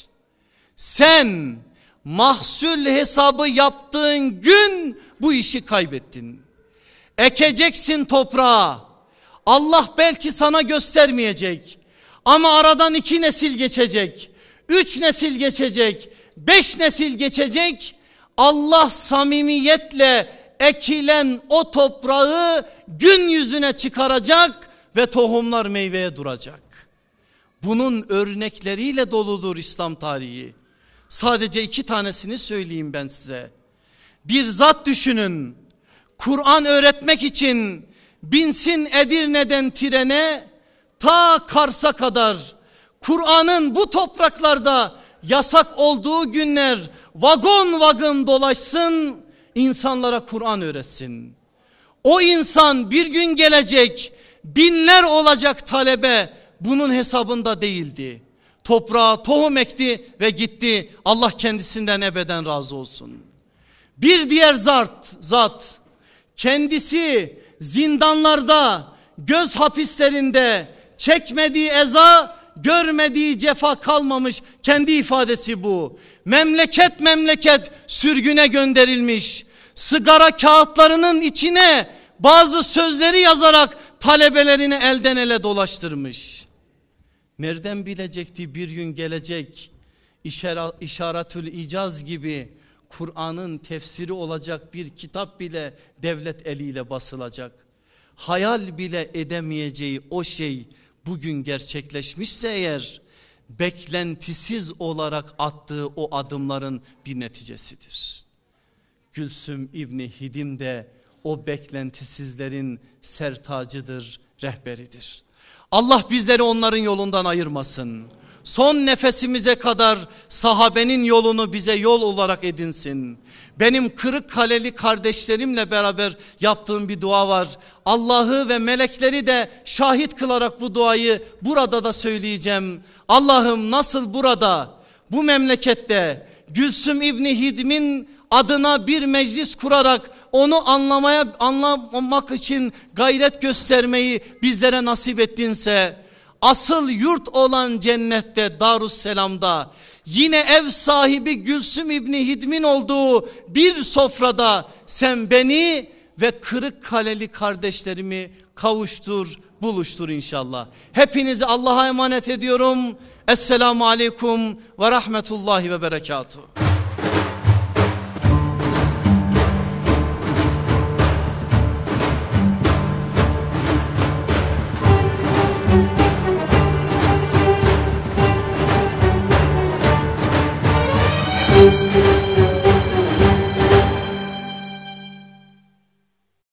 Sen mahsul hesabı yaptığın gün bu işi kaybettin. Ekeceksin toprağa. Allah belki sana göstermeyecek. Ama aradan iki nesil geçecek. Üç nesil geçecek. Beş nesil geçecek. Allah samimiyetle ekilen o toprağı gün yüzüne çıkaracak ve tohumlar meyveye duracak. Bunun örnekleriyle doludur İslam tarihi. Sadece iki tanesini söyleyeyim ben size. Bir zat düşünün. Kur'an öğretmek için binsin Edirne'den trene ta Kars'a kadar Kur'an'ın bu topraklarda yasak olduğu günler vagon vagon dolaşsın, insanlara Kur'an öğretsin. O insan bir gün gelecek, binler olacak talebe bunun hesabında değildi. Toprağa tohum ekti ve gitti. Allah kendisinden ebeden razı olsun. Bir diğer zat, zat kendisi zindanlarda, göz hapislerinde çekmediği eza, görmediği cefa kalmamış, kendi ifadesi bu. Memleket memleket sürgüne gönderilmiş. Sigara kağıtlarının içine bazı sözleri yazarak talebelerini elden ele dolaştırmış. Nereden bilecekti bir gün gelecek İşaretül İcaz gibi Kur'an'ın tefsiri olacak bir kitap bile devlet eliyle basılacak. Hayal bile edemeyeceği o şey bugün gerçekleşmişse eğer, beklentisiz olarak attığı o adımların bir neticesidir. Gülsüm İbni Hidim de o beklentisizlerin sertacıdır, rehberidir. Allah bizleri onların yolundan ayırmasın. Son nefesimize kadar sahabenin yolunu bize yol olarak edinsin. Benim Kırıkkaleli kardeşlerimle beraber yaptığım bir dua var. Allah'ı ve melekleri de şahit kılarak bu duayı burada da söyleyeceğim. Allah'ım nasıl burada, bu memlekette Gülsüm İbni Hidim'in adına bir meclis kurarak onu anlamaya anlamak için gayret göstermeyi bizlere nasip ettinse, asıl yurt olan cennette Darusselam'da yine ev sahibi Gülsüm İbni Hidim'in olduğu bir sofrada sen beni ve Kırıkkaleli kardeşlerimi kavuştur, buluştur inşallah. Hepinizi Allah'a emanet ediyorum. Esselamu aleyküm ve rahmetullahi ve berekatuhu.